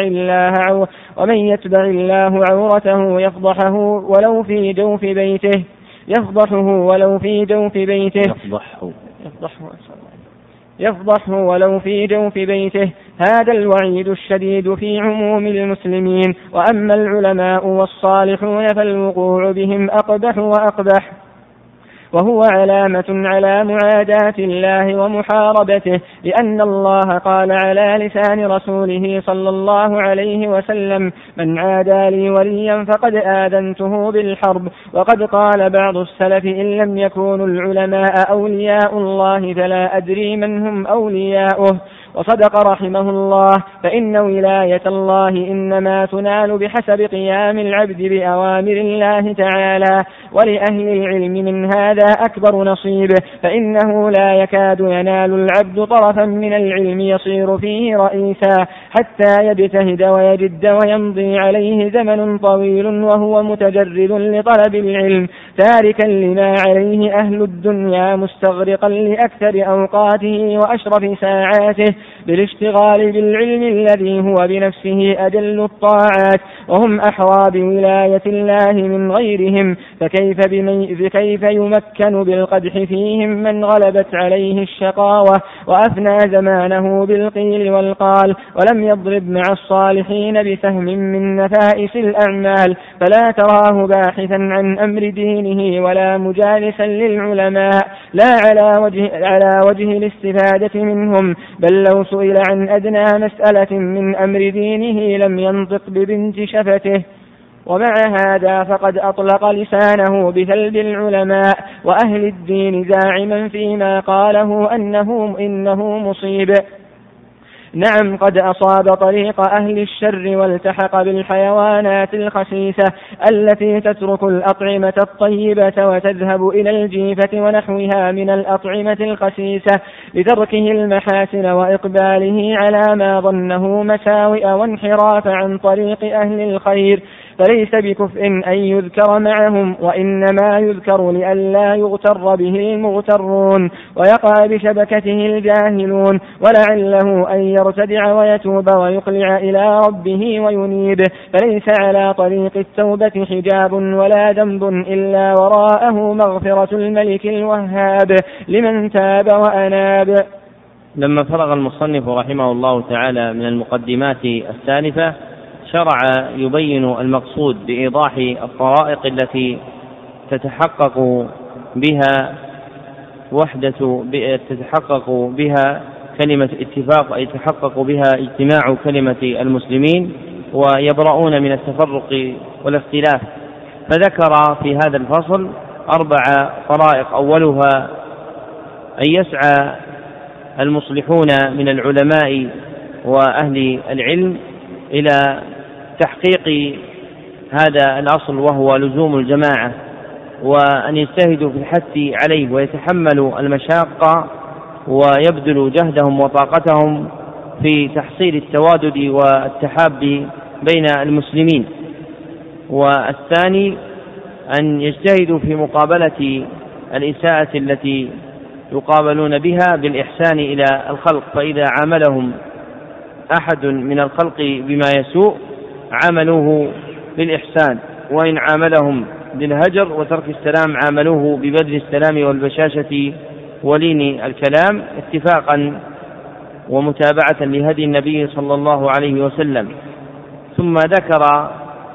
الله عورته يفضحه ولو في جوف بيته يفضحه ولو في جوف بيته. هذا الوعيد الشديد في عموم المسلمين. وأما العلماء والصالحون فالوقوع بهم أقبح وأقبح، وهو علامة على معاداة الله ومحاربته، لأن الله قال على لسان رسوله صلى الله عليه وسلم: من عادى لي وليا فقد آذنته بالحرب. وقد قال بعض السلف: إن لم يكونوا العلماء أولياء الله فلا أدري من هم أولياؤه. وصدق رحمه الله، فإن ولاية الله إنما تنال بحسب قيام العبد بأوامر الله تعالى، ولأهل العلم من هذا أكبر نصيب، فإنه لا يكاد ينال العبد طرفا من العلم يصير فيه رئيسا حتى يجتهد ويجد ويمضي عليه زمن طويل وهو متجرد لطلب العلم، تاركا لما عليه أهل الدنيا، مستغرقا لأكثر أوقاته وأشرف ساعاته بالاشتغال بالعلم الذي هو بنفسه أجل الطاعات، وهم أحرى بولاية الله من غيرهم. فكيف يمكن بالقدح فيهم من غلبت عليه الشقاوة وأفنى زمانه بالقيل والقال، ولم يضرب مع الصالحين بسهم من نفائس الأعمال، فلا تراه باحثا عن أمر دينه ولا مجالسا للعلماء، لا على وجه الاستفادة منهم، بل لو سئل عن أدنى مسألة من أمر دينه لم ينطق ببنت شفته. ومع هذا فقد أطلق لسانه بثلب العلماء وأهل الدين، زاعما فيما قاله إنه مصيب. نعم، قد أصاب طريق أهل الشر والتحق بالحيوانات الخسيسة التي تترك الأطعمة الطيبة وتذهب إلى الجيفة ونحوها من الأطعمة الخسيسة لتركه المحاسن وإقباله على ما ظنه مساوئ وانحراف عن طريق أهل الخير، فليس بكفء أن يذكر معهم، وإنما يذكر لئلا يغتر به المغترون ويقع بشبكته الجاهلون، ولعله أن يرتدع ويتوب ويقلع إلى ربه وينيب، فليس على طريق التوبة حجاب ولا ذنب إلا وراءه مغفرة الملك الوهاب لمن تاب وأناب. لما فرغ المصنف رحمه الله تعالى من المقدمات السالفة، شرع يبين المقصود بإيضاح الطرائق التي تتحقق بها كلمة اتفاق، أي يتحقق بها اجتماع كلمة المسلمين ويبرؤون من التفرق والاختلاف. فذكر في هذا الفصل 4 طرائق، أولها أن يسعى المصلحون من العلماء وأهل العلم إلى تحقيق هذا الأصل وهو لزوم الجماعة، وأن يجتهدوا في الحث عليه ويتحملوا المشاقة ويبذلوا جهدهم وطاقتهم في تحصيل التوادد والتحاب بين المسلمين. والثاني أن يجتهدوا في مقابلة الإساءة التي يقابلون بها بالإحسان إلى الخلق، فإذا عاملهم أحد من الخلق بما يسوء عاملوه بالإحسان، وإن عاملهم بالهجر وترك السلام عاملوه ببذل السلام والبشاشة ولين الكلام، اتفاقا ومتابعة لهدي النبي صلى الله عليه وسلم. ثم ذكر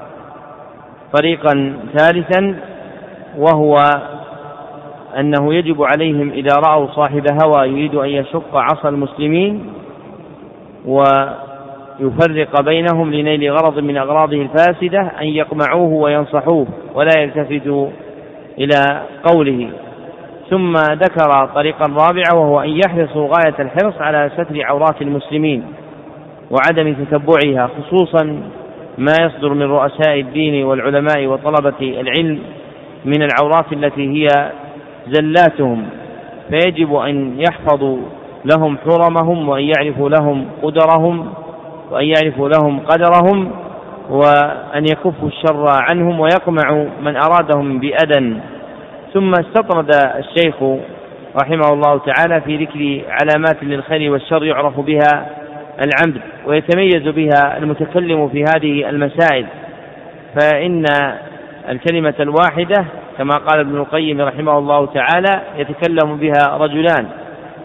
طريقا ثالثا، وهو أنه يجب عليهم إذا رأوا صاحب هوى يريد أن يشق عصا المسلمين ويفرق بينهم لنيل غرض من أغراضه الفاسدة أن يقمعوه وينصحوه ولا يلتفتوا إلى قوله. ثم ذكر طريقا رابعا، وهو أن يحرصوا غاية الحرص على ستر عورات المسلمين وعدم تتبعها، خصوصا ما يصدر من رؤساء الدين والعلماء وطلبة العلم من العورات التي هي زلاتهم، فيجب أن يحفظوا لهم حرمهم وأن يعرفوا لهم قدرهم وأن يعرفوا لهم قدرهم، وأن يكفوا الشر عنهم ويقمعوا من أرادهم بأذى. ثم استطرد الشيخ رحمه الله تعالى في ذكر علامات للخير والشر يعرف بها العبد ويتميز بها المتكلم في هذه المسائل، فإن الكلمة الواحدة كما قال ابن القيم رحمه الله تعالى يتكلم بها رجلان،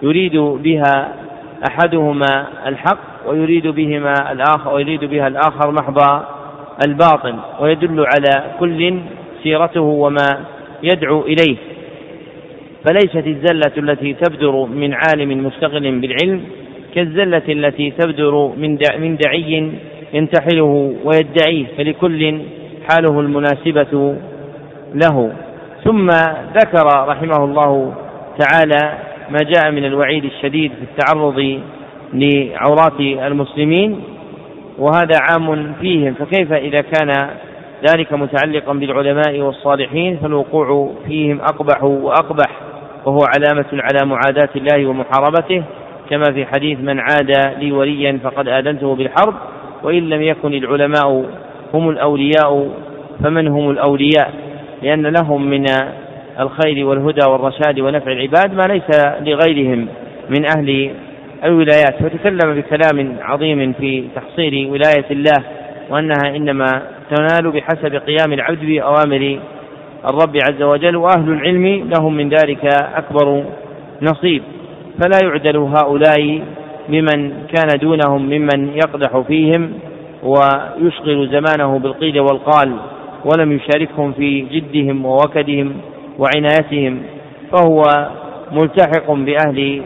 يريد بها أحدهما الحق ويريد بها الآخر محض الباطل، ويدل على كل سيرته وما يدعو إليه. فليست الزلة التي تبدر من عالم مستقل بالعلم كالزلة التي تبدر من دعي ينتحله ويدعيه، فلكل حاله المناسبة له. ثم ذكر رحمه الله تعالى ما جاء من الوعيد الشديد في التعرض لعورات المسلمين، وهذا عام فيهم، فكيف إذا كان ذلك متعلقا بالعلماء والصالحين فالوقوع فيهم أقبح وأقبح، وهو علامة على معاداة الله ومحاربته، كما في حديث من عادى لي وليا فقد آذنته بالحرب. وإن لم يكن العلماء هم الأولياء فمن هم الأولياء؟ لأن لهم من الخير والهدى والرشاد ونفع العباد ما ليس لغيرهم من أهل الولايات. وتكلم بكلام عظيم في تحصيل ولاية الله، وأنها إنما تنال بحسب قيام العبد بأوامر الرب عز وجل، وأهل العلم لهم من ذلك أكبر نصيب. فلا يعدل هؤلاء بمن كان دونهم ممن يقدح فيهم ويشغل زمانه بالقيل والقال ولم يشاركهم في جدهم ووكدهم وعنايتهم، فهو ملتحق بأهل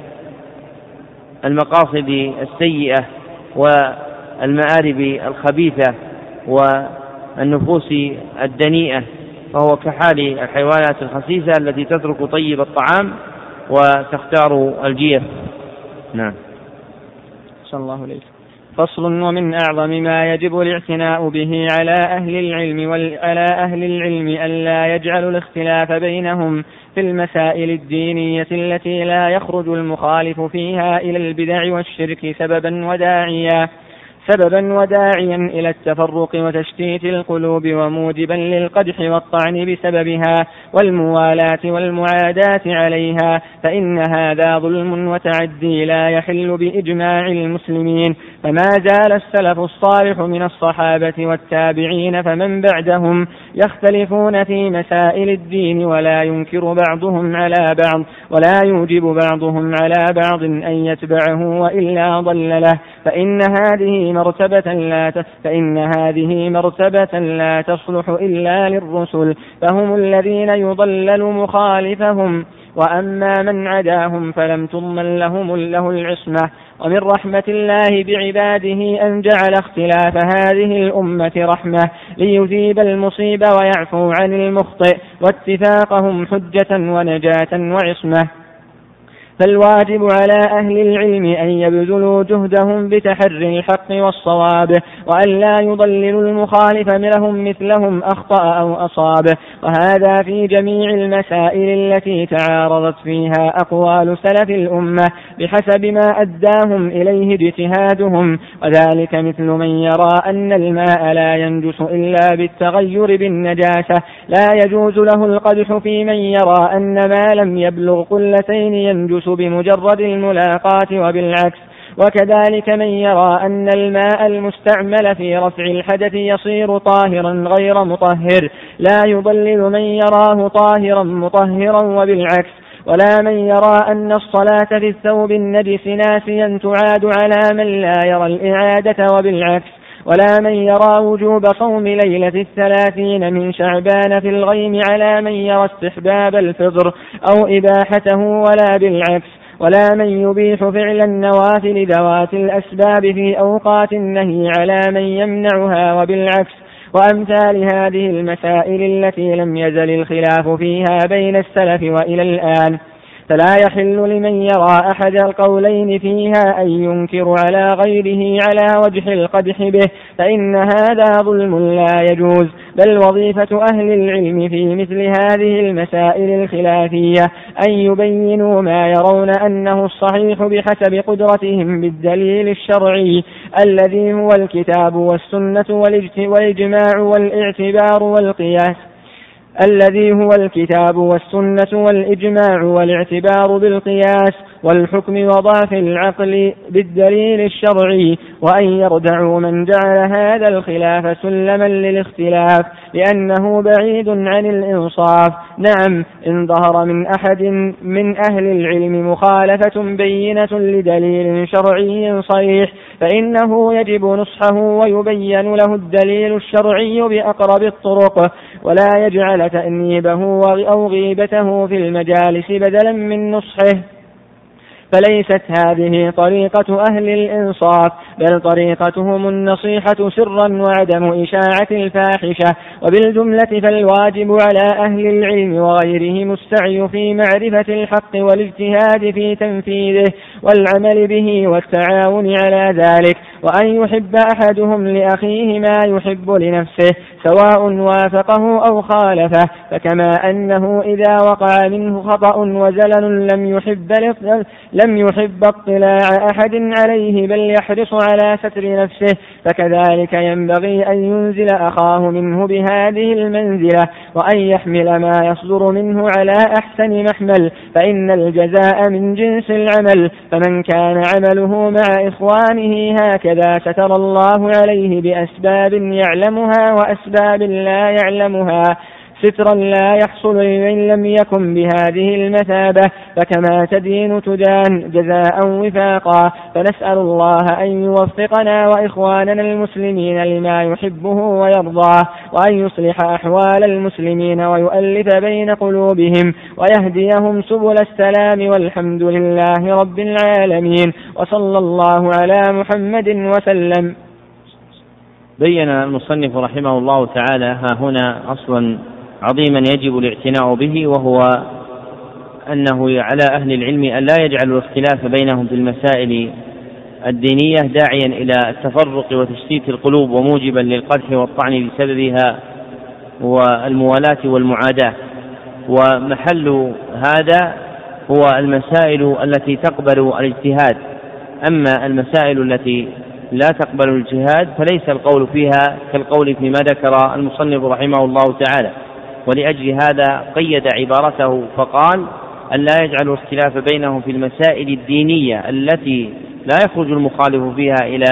المقاصد السيئة والمآرب الخبيثة والنفوس الدنيئة، فهو كحال الحيوانات الخسيسة التي تترك طيب الطعام وتختار الجيف. نعم. صلى الله عليه. فصل. ومن أعظم ما يجب الاعتناء به على أهل العلم ألا يجعلوا الاختلاف بينهم في المسائل الدينية التي لا يخرج المخالف فيها إلى البدع والشرك سببا وداعيا إلى التفرق وتشتيت القلوب وموجبا للقدح والطعن بسببها والموالاة والمعاداة عليها، فإن هذا ظلم وتعدي لا يحل بإجماع المسلمين. فما زال السلف الصالح من الصحابة والتابعين فمن بعدهم يختلفون في مسائل الدين، ولا ينكر بعضهم على بعض ولا يوجب بعضهم على بعض أن يتبعه وإلا ضل له، فإن هذه مرتبة لا تصلح إلا للرسل، فهم الذين يضلل مخالفهم، وأما من عداهم فلم تضمن له العصمة. ومن رحمة الله بعباده أن جعل اختلاف هذه الأمة رحمة ليذيب المصيبة ويعفو عن المخطئ، واتفاقهم حجة ونجاة وعصمة. فالواجب على أهل العلم أن يبذلوا جهدهم بتحري الحق والصواب، وأن لا يضللوا المخالف لهم مثلهم أخطأ أو أصاب، وهذا في جميع المسائل التي تعارضت فيها أقوال سلف الأمة بحسب ما أداهم إليه اجتهادهم، وذلك مثل من يرى أن الماء لا ينجس إلا بالتغير بالنجاسة، لا يجوز له القدح في من يرى أن ما لم يبلغ قلتين ينجس بمجرد الملاقاة وبالعكس. وكذلك من يرى أن الماء المستعمل في رفع الحدث يصير طاهرا غير مطهر، لا يضلل من يراه طاهرا مطهرا وبالعكس. ولا من يرى أن الصلاة في الثوب النجس ناسيا تعاد على من لا يرى الإعادة وبالعكس. ولا من يرى وجوب صوم ليلة 30 من شعبان في الغيم على من يرى استحباب الفطر أو إباحته ولا بالعكس. ولا من يبيح فعل النوافل ذوات الأسباب في أوقات النهي على من يمنعها وبالعكس. وأمثال هذه المسائل التي لم يزل الخلاف فيها بين السلف وإلى الآن، فلا يحل لمن يرى أحد القولين فيها أن ينكر على غيره على وجه القدح به، فإن هذا ظلم لا يجوز. بل وظيفة أهل العلم في مثل هذه المسائل الخلافية أن يبينوا ما يرون أنه الصحيح بحسب قدرتهم بالدليل الشرعي الذي هو الكتاب والسنة والإجماع والاعتبار والقياس، الذي هو الكتاب والسنة والإجماع والاعتبار بالقياس، والحكم وضعف العقل بالدليل الشرعي، وأن يردعوا من جعل هذا الخلاف سلما للاختلاف لأنه بعيد عن الإنصاف. نعم، إن ظهر من أحد من أهل العلم مخالفة بينة لدليل شرعي صريح فإنه يجب نصحه ويبين له الدليل الشرعي بأقرب الطرق، ولا يجعل تأنيبه أو غيبته في المجالس بدلا من نصحه. فليست هذه طريقة أهل الإنصاف، بل طريقتهم النصيحة سرا وعدم إشاعة الفاحشة. وبالجملة فالواجب على أهل العلم وغيرهم السعي في معرفة الحق والاجتهاد في تنفيذه والعمل به والتعاون على ذلك، وأن يحب أحدهم لأخيه ما يحب لنفسه سواء وافقه أو خالفه. فكما أنه إذا وقع منه خطأ وزلل لم يحب اطلاع أحد عليه بل يحرص على ستر نفسه، فكذلك ينبغي أن ينزل أخاه منه بهذه المنزلة، وأن يحمل ما يصدر منه على أحسن محمل، فإن الجزاء من جنس العمل. فمن كان عمله مع إخوانه هكذا ستر الله عليه بأسباب يعلمها وأسباب لا يعلمها، سترا لا يحصل لمن لم يكن بهذه المثابة. فكما تدين تدان جزاء وفاقا. فنسأل الله أن يوفقنا وإخواننا المسلمين لما يحبه ويرضاه، وأن يصلح أحوال المسلمين ويؤلف بين قلوبهم ويهديهم سبل السلام، والحمد لله رب العالمين، وصلى الله على محمد وسلم. بين المصنف رحمه الله تعالى ها هنا أصلا عظيما يجب الاعتناء به، وهو أنه على أهل العلم أن لا يجعلوا الاختلاف بينهم في المسائل الدينية داعيا إلى التفرق وتشتيت القلوب وموجبا للقدح والطعن بسببها والموالاة والمعاداة. ومحل هذا هو المسائل التي تقبل الاجتهاد. أما المسائل التي لا تقبل الاجتهاد فليس القول فيها كالقول فيما ذكر المصنف رحمه الله تعالى. ولأجل هذا قيد عبارته فقال أن لا يجعل اختلاف بينهم في المسائل الدينية التي لا يخرج المخالف فيها إلى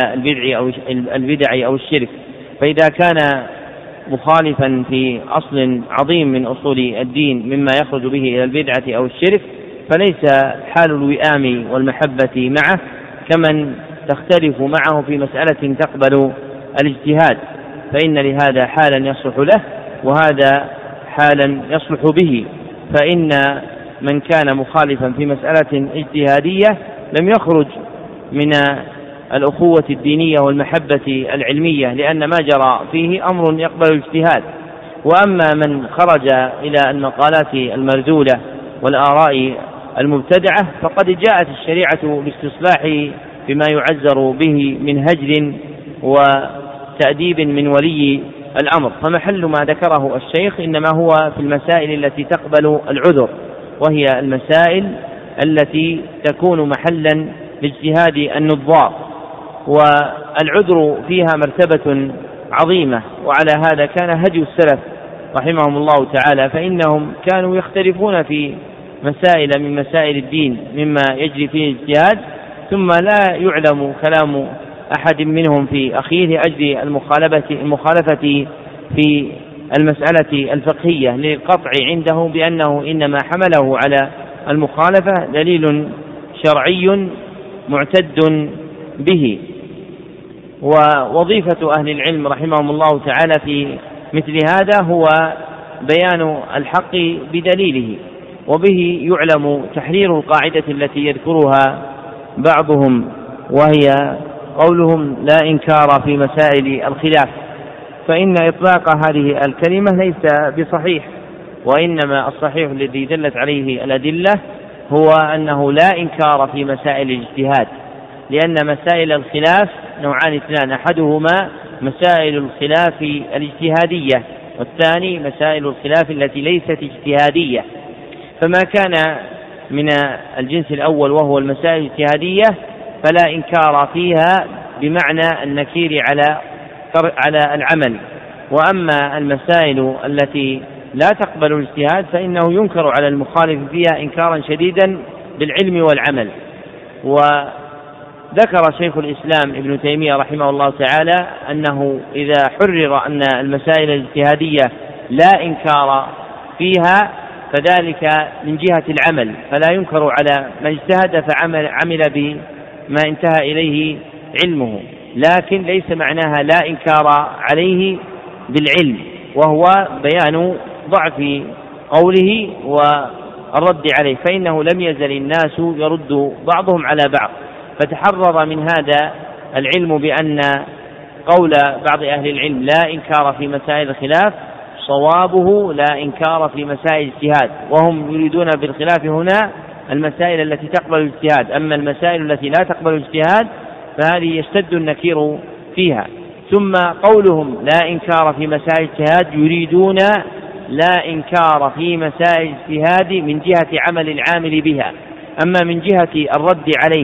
البدع أو الشرك. فإذا كان مخالفا في أصل عظيم من أصول الدين مما يخرج به إلى البدعة أو الشرك فليس حال الوئام والمحبة معه كمن تختلف معه في مسألة تقبل الاجتهاد، فإن لهذا حالا يصلح له وهذا حالا يصلح به. فإن من كان مخالفا في مسألة اجتهادية لم يخرج من الأخوة الدينية والمحبة العلمية، لأن ما جرى فيه أمر يقبل الاجتهاد. وأما من خرج إلى المقالات المرذولة والآراء المبتدعة فقد جاءت الشريعة باستصلاح بما يعزر به من هجر وتأديب من ولي الأمر. فمحل ما ذكره الشيخ إنما هو في المسائل التي تقبل العذر، وهي المسائل التي تكون محلا لاجتهاد النظار، والعذر فيها مرتبة عظيمة. وعلى هذا كان هدي السلف رحمهم الله تعالى، فإنهم كانوا يختلفون في مسائل من مسائل الدين مما يجري فيه الاجتهاد، ثم لا يعلم كلام أحد منهم في أخيه لأجل المخالفة في المسألة الفقهية، للقطع عنده بأنه إنما حمله على المخالفة دليل شرعي معتد به. ووظيفة أهل العلم رحمهم الله تعالى في مثل هذا هو بيان الحق بدليله، وبه يعلم تحرير القاعدة التي يذكرها بعضهم، وهي قولهم لا إنكار في مسائل الخلاف. فإن إطلاق هذه الكلمة ليس بصحيح، وإنما الصحيح الذي دلت عليه الأدلة هو أنه لا إنكار في مسائل الاجتهاد، لأن مسائل الخلاف نوعان اثنان: أحدهما مسائل الخلاف الاجتهادية، والثاني مسائل الخلاف التي ليست اجتهادية. فما كان من الجنس الأول وهو المسائل الاجتهادية فلا إنكار فيها بمعنى النكير على العمل. وأما المسائل التي لا تقبل الاجتهاد فإنه ينكر على المخالف فيها إنكارا شديدا بالعلم والعمل. وذكر شيخ الإسلام ابن تيمية رحمه الله تعالى أنه إذا حرر أن المسائل الاجتهادية لا إنكار فيها فذلك من جهة العمل، فلا ينكر على من اجتهد فعمل بما انتهى إليه علمه، لكن ليس معناها لا إنكار عليه بالعلم، وهو بيان ضعف قوله والرد عليه، فإنه لم يزل الناس يرد بعضهم على بعض، فتحرر من هذا العلم بأن قول بعض أهل العلم لا إنكار في مسائل الخلاف صوابه لا إنكار في مسائل الاجتهاد، وهم يريدون بالخلاف هنا المسائل التي تقبل الاجتهاد، أما المسائل التي لا تقبل الاجتهاد فهذه يشتد النكير فيها. ثم قولهم لا إنكار في مسائل الاجتهاد يريدون لا إنكار في مسائل الاجتهاد من جهة عمل العامل بها، أما من جهة الرد عليه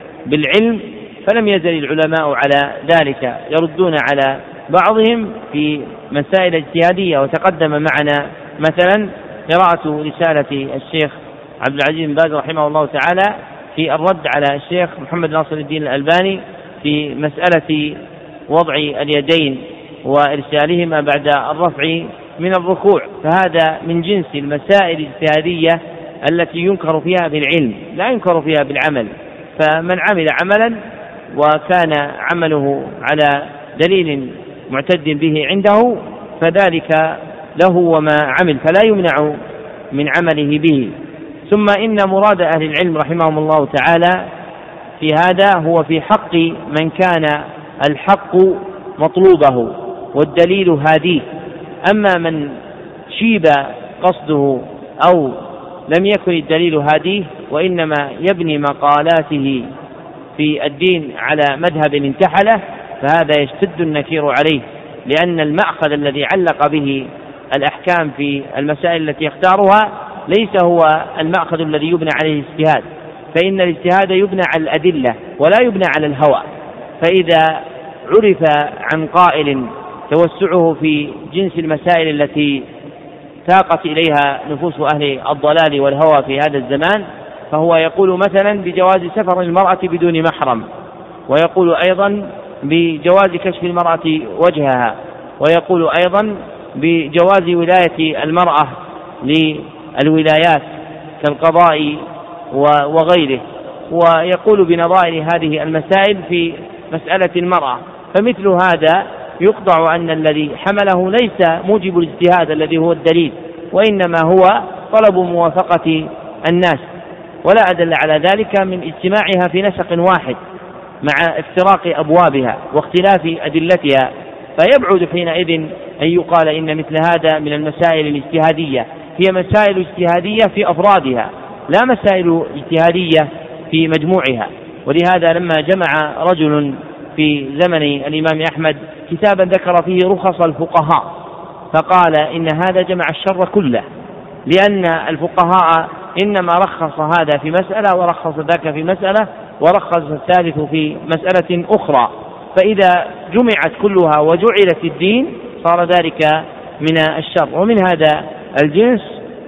بالعلم فلم يزل العلماء على ذلك يردون على بعضهم في مسائل اجتهادية. وتقدم معنا مثلا قراءة رسالة الشيخ عبد العزيز بن باز رحمه الله تعالى في الرد على الشيخ محمد ناصر الدين الألباني في مسألة وضع اليدين وإرسالهما بعد الرفع من الركوع، فهذا من جنس المسائل الاجتهادية التي ينكر فيها بالعلم لا ينكر فيها بالعمل. فمن عمل عملا وكان عمله على دليل معتد به عنده فذلك له وما عمل، فلا يمنع من عمله به. ثم إن مراد أهل العلم رحمهم الله تعالى في هذا هو في حق من كان الحق مطلوبه والدليل هاديه، أما من شيب قصده أو لم يكن الدليل هاديه وإنما يبني مقالاته في الدين على مذهب انتحله فهذا يشتد النكير عليه، لأن المأخذ الذي علق به الأحكام في المسائل التي يختارها ليس هو المأخذ الذي يبنى عليه الاجتهاد، فإن الاجتهاد يبنى على الأدلة ولا يبنى على الهوى. فإذا عرف عن قائل توسعه في جنس المسائل التي تاقت إليها نفوس أهل الضلال والهوى في هذا الزمان، فهو يقول مثلا بجواز سفر المرأة بدون محرم، ويقول أيضا بجواز كشف المرأة وجهها، ويقول أيضا بجواز ولاية المرأة للولايات كالقضاء وغيره، ويقول بنظائر هذه المسائل في مسألة المرأة. فمثل هذا يقطع أن الذي حمله ليس موجب الاجتهاد الذي هو الدليل، وإنما هو طلب موافقة الناس، ولا أدل على ذلك من اجتماعها في نسق واحد مع افتراق أبوابها واختلاف أدلتها، فيبعد حينئذ أن يقال إن مثل هذا من المسائل الاجتهادية. هي مسائل اجتهادية في أفرادها لا مسائل اجتهادية في مجموعها. ولهذا لما جمع رجل في زمن الإمام أحمد كتابا ذكر فيه رخص الفقهاء فقال إن هذا جمع الشر كله، لأن الفقهاء إنما رخص هذا في مسألة ورخص ذاك في مسألة ورخص الثالث في مسألة أخرى، فإذا جمعت كلها وجعلت الدين صار ذلك من الشر. ومن هذا الجنس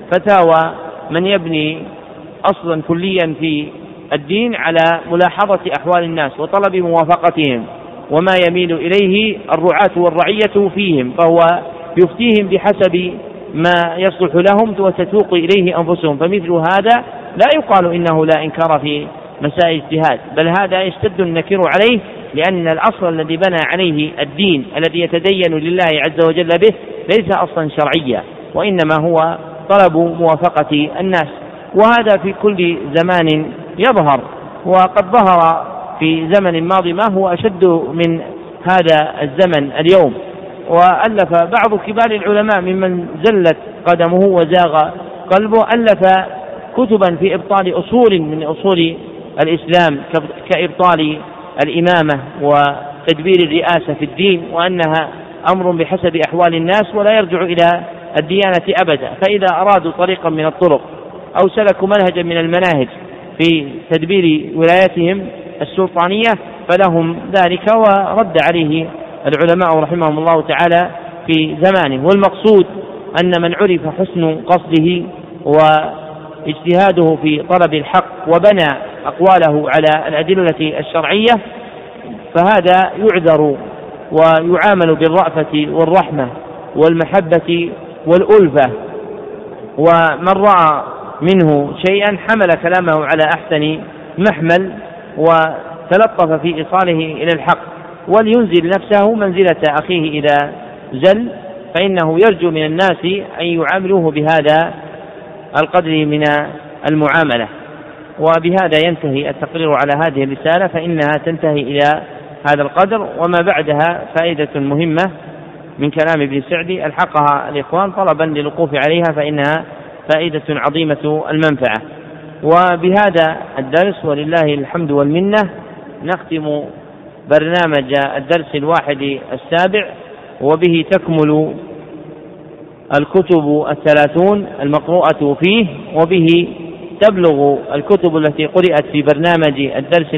فتاوى من يبني أصلا كليا في الدين على ملاحظة أحوال الناس وطلب موافقتهم وما يميل إليه الرعاة والرعية فيهم، فهو يفتيهم بحسب ما يصلح لهم وتتوق إليه أنفسهم. فمثل هذا لا يقال إنه لا إنكار في مسائل اجتهاد، بل هذا يشتد النكير عليه، لأن الأصل الذي بنى عليه الدين الذي يتدين لله عز وجل به ليس أصلا شرعيا، وإنما هو طلب موافقة الناس. وهذا في كل زمان يظهر، وقد ظهر في زمن ماضي ما هو أشد من هذا الزمن اليوم. وألف بعض كبار العلماء ممن زلت قدمه وزاغ قلبه ألف كتبا في إبطال أصول من أصول الإسلام كإبطال الإمامة وتدبير الرئاسة في الدين، وأنها أمر بحسب أحوال الناس ولا يرجع إلى الديانة أبدا. فإذا أرادوا طريقا من الطرق أو سلكوا منهجا من المناهج في تدبير ولايتهم السلطانية فلهم ذلك، ورد عليه العلماء رحمهم الله تعالى في زمانه. والمقصود أن من عرف حسن قصده اجتهاده في طلب الحق وبنى أقواله على الأدلة الشرعية فهذا يعذر ويعامل بالرأفة والرحمة والمحبة والألفة. ومن رأى منه شيئا حمل كلامه على أحسن محمل وتلطف في إيصاله إلى الحق، ولينزل نفسه منزلة أخيه إذا زل، فإنه يرجو من الناس أن يعاملوه بهذا القدر من المعاملة. وبهذا ينتهي التقرير على هذه الرسالة، فإنها تنتهي إلى هذا القدر، وما بعدها فائدة مهمة من كلام ابن سعدي ألحقها الإخوان طلبا للوقوف عليها، فإنها فائدة عظيمة المنفعة. وبهذا الدرس ولله الحمد والمنة نختم برنامج الدرس 71، وبه تكمل الكتب 30 المقروءة فيه، وبه تبلغ الكتب التي قرأت في برنامج الدرس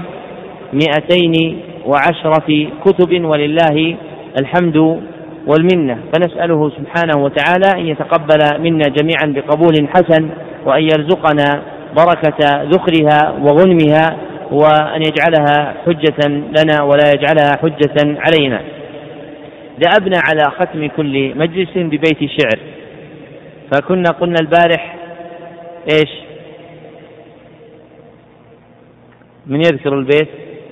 210 كتب ولله الحمد والمنة. فنسأله سبحانه وتعالى أن يتقبل منا جميعا بقبول حسن، وأن يرزقنا بركة ذخرها وغنمها، وأن يجعلها حجة لنا ولا يجعلها حجة علينا. دأبنا على ختم كل مجلس ببيت شعر، فكنا قلنا البارح إيش؟ من يذكر البيت؟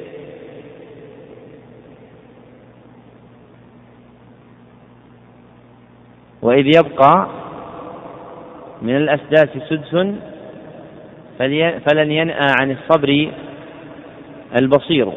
وإذ يبقى من الأسداس سدس فلن ينأى عن الصبر البصير.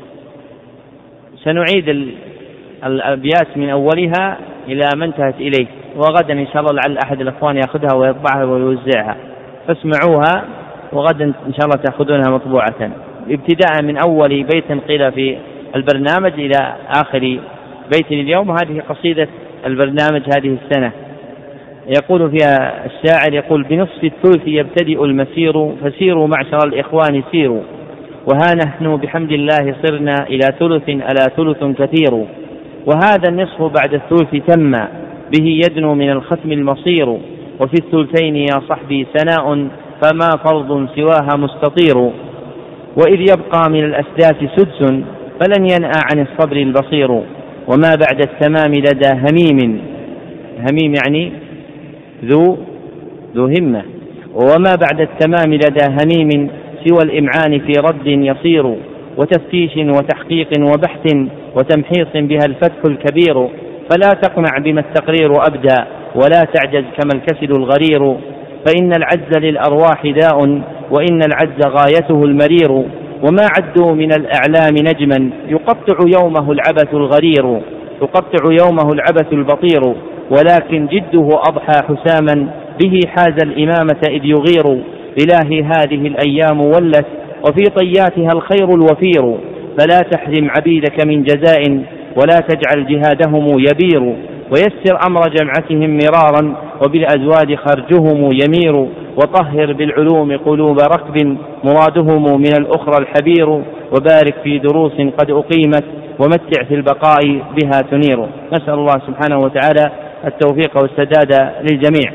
سنعيد الأبيات من أولها إلى ما انتهت إليه، وغدا إن شاء الله لعل أحد الأخوان يأخذها ويطبعها ويوزعها، فاسمعوها وغدا إن شاء الله تأخذونها مطبوعة، ابتداء من أول بيت قيل في البرنامج إلى آخر بيت اليوم. هذه قصيدة البرنامج هذه السنة. يقول فيها الشاعر، يقول: بنصف الثلث يبتدئ المسير، فسيروا معشر الإخوان سيروا، وها نحن بحمد الله صرنا إلى ثلث ألا ثلث كثير، وهذا النصف بعد الثلث تم، به يدنو من الختم المصير، وفي الثلثين يا صحبي سناء، فما فرض سواها مستطير، وإذ يبقى من الأسداس سدس فلن ينأى عن الصبر البصير، وما بعد التمام لدى هميم، هميم يعني ذو همة، وما بعد التمام لدى هميم سوى الإمعان في رد يصير، وتفتيش وتحقيق وبحث وتمحيص بها الفتح الكبير، فلا تقنع بما التقرير أبدى، ولا تعجز كما الكسل الغرير، فإن العجز للأرواح داء، وإن العجز غايته المرير، وما عدوا من الأعلام نجما يقطع يومه العبث الغرير، يقطع يومه العبث البطير، ولكن جده أضحى حساما، به حاز الإمامة إذ يغير، إلهي هذه الأيام ولت، وفي طياتها الخير الوفير، فلا تحرم عبيدك من جزاء، ولا تجعل جهادهم يبير، ويسر أمر جمعتهم مرارا، وبالأزواج خرجهم يمير، وطهر بالعلوم قلوب ركب، مرادهم من الأخرى الحبير، وبارك في دروس قد أقيمت، ومتع في البقاء بها تنير. نسأل الله سبحانه وتعالى التوفيق والسداد للجميع.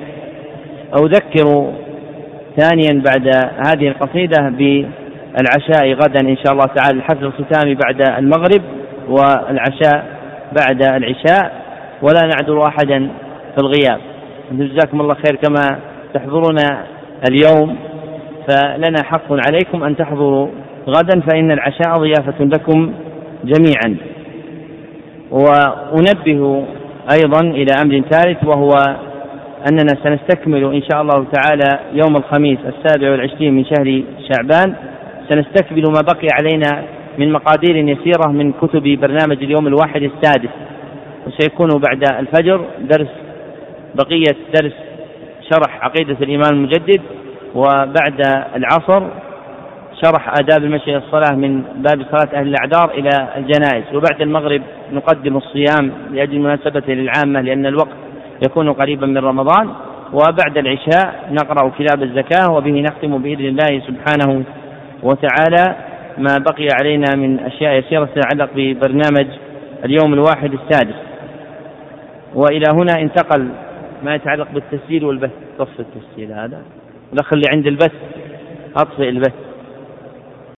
أذكر ثانيا بعد هذه القصيدة بالعشاء غدا إن شاء الله تعالى، الحفل الختامي بعد المغرب، والعشاء بعد العشاء، ولا نعذر أحدا في الغياب. جزاكم الله خير كما تحضرون اليوم، فلنا حق عليكم أن تحضروا غدا، فإن العشاء ضيافة لكم جميعا. وأنبه أيضا إلى أمر ثالث، وهو أننا سنستكمل إن شاء الله تعالى يوم الخميس 27 من شهر شعبان، سنستكمل ما بقي علينا من مقادير يسيرة من كتب برنامج اليوم 61، وسيكون بعد الفجر بقية درس شرح عقيدة الإمام المجدد، وبعد العصر شرح آداب المشي الصلاة من باب صلاة أهل الأعذار إلى الجنائز، وبعد المغرب نقدم الصيام لأجل مناسبة للعامة لأن الوقت يكون قريبا من رمضان، وبعد العشاء نقرأ كتاب الزكاة، وبه نختم بإذن الله سبحانه وتعالى ما بقي علينا من أشياء يسيرة تتعلق ببرنامج اليوم 61. وإلى هنا انتقل ما يتعلق بالتسجيل والبث. طف التسجيل هذا دخل لي عند البث، أطفئ البث.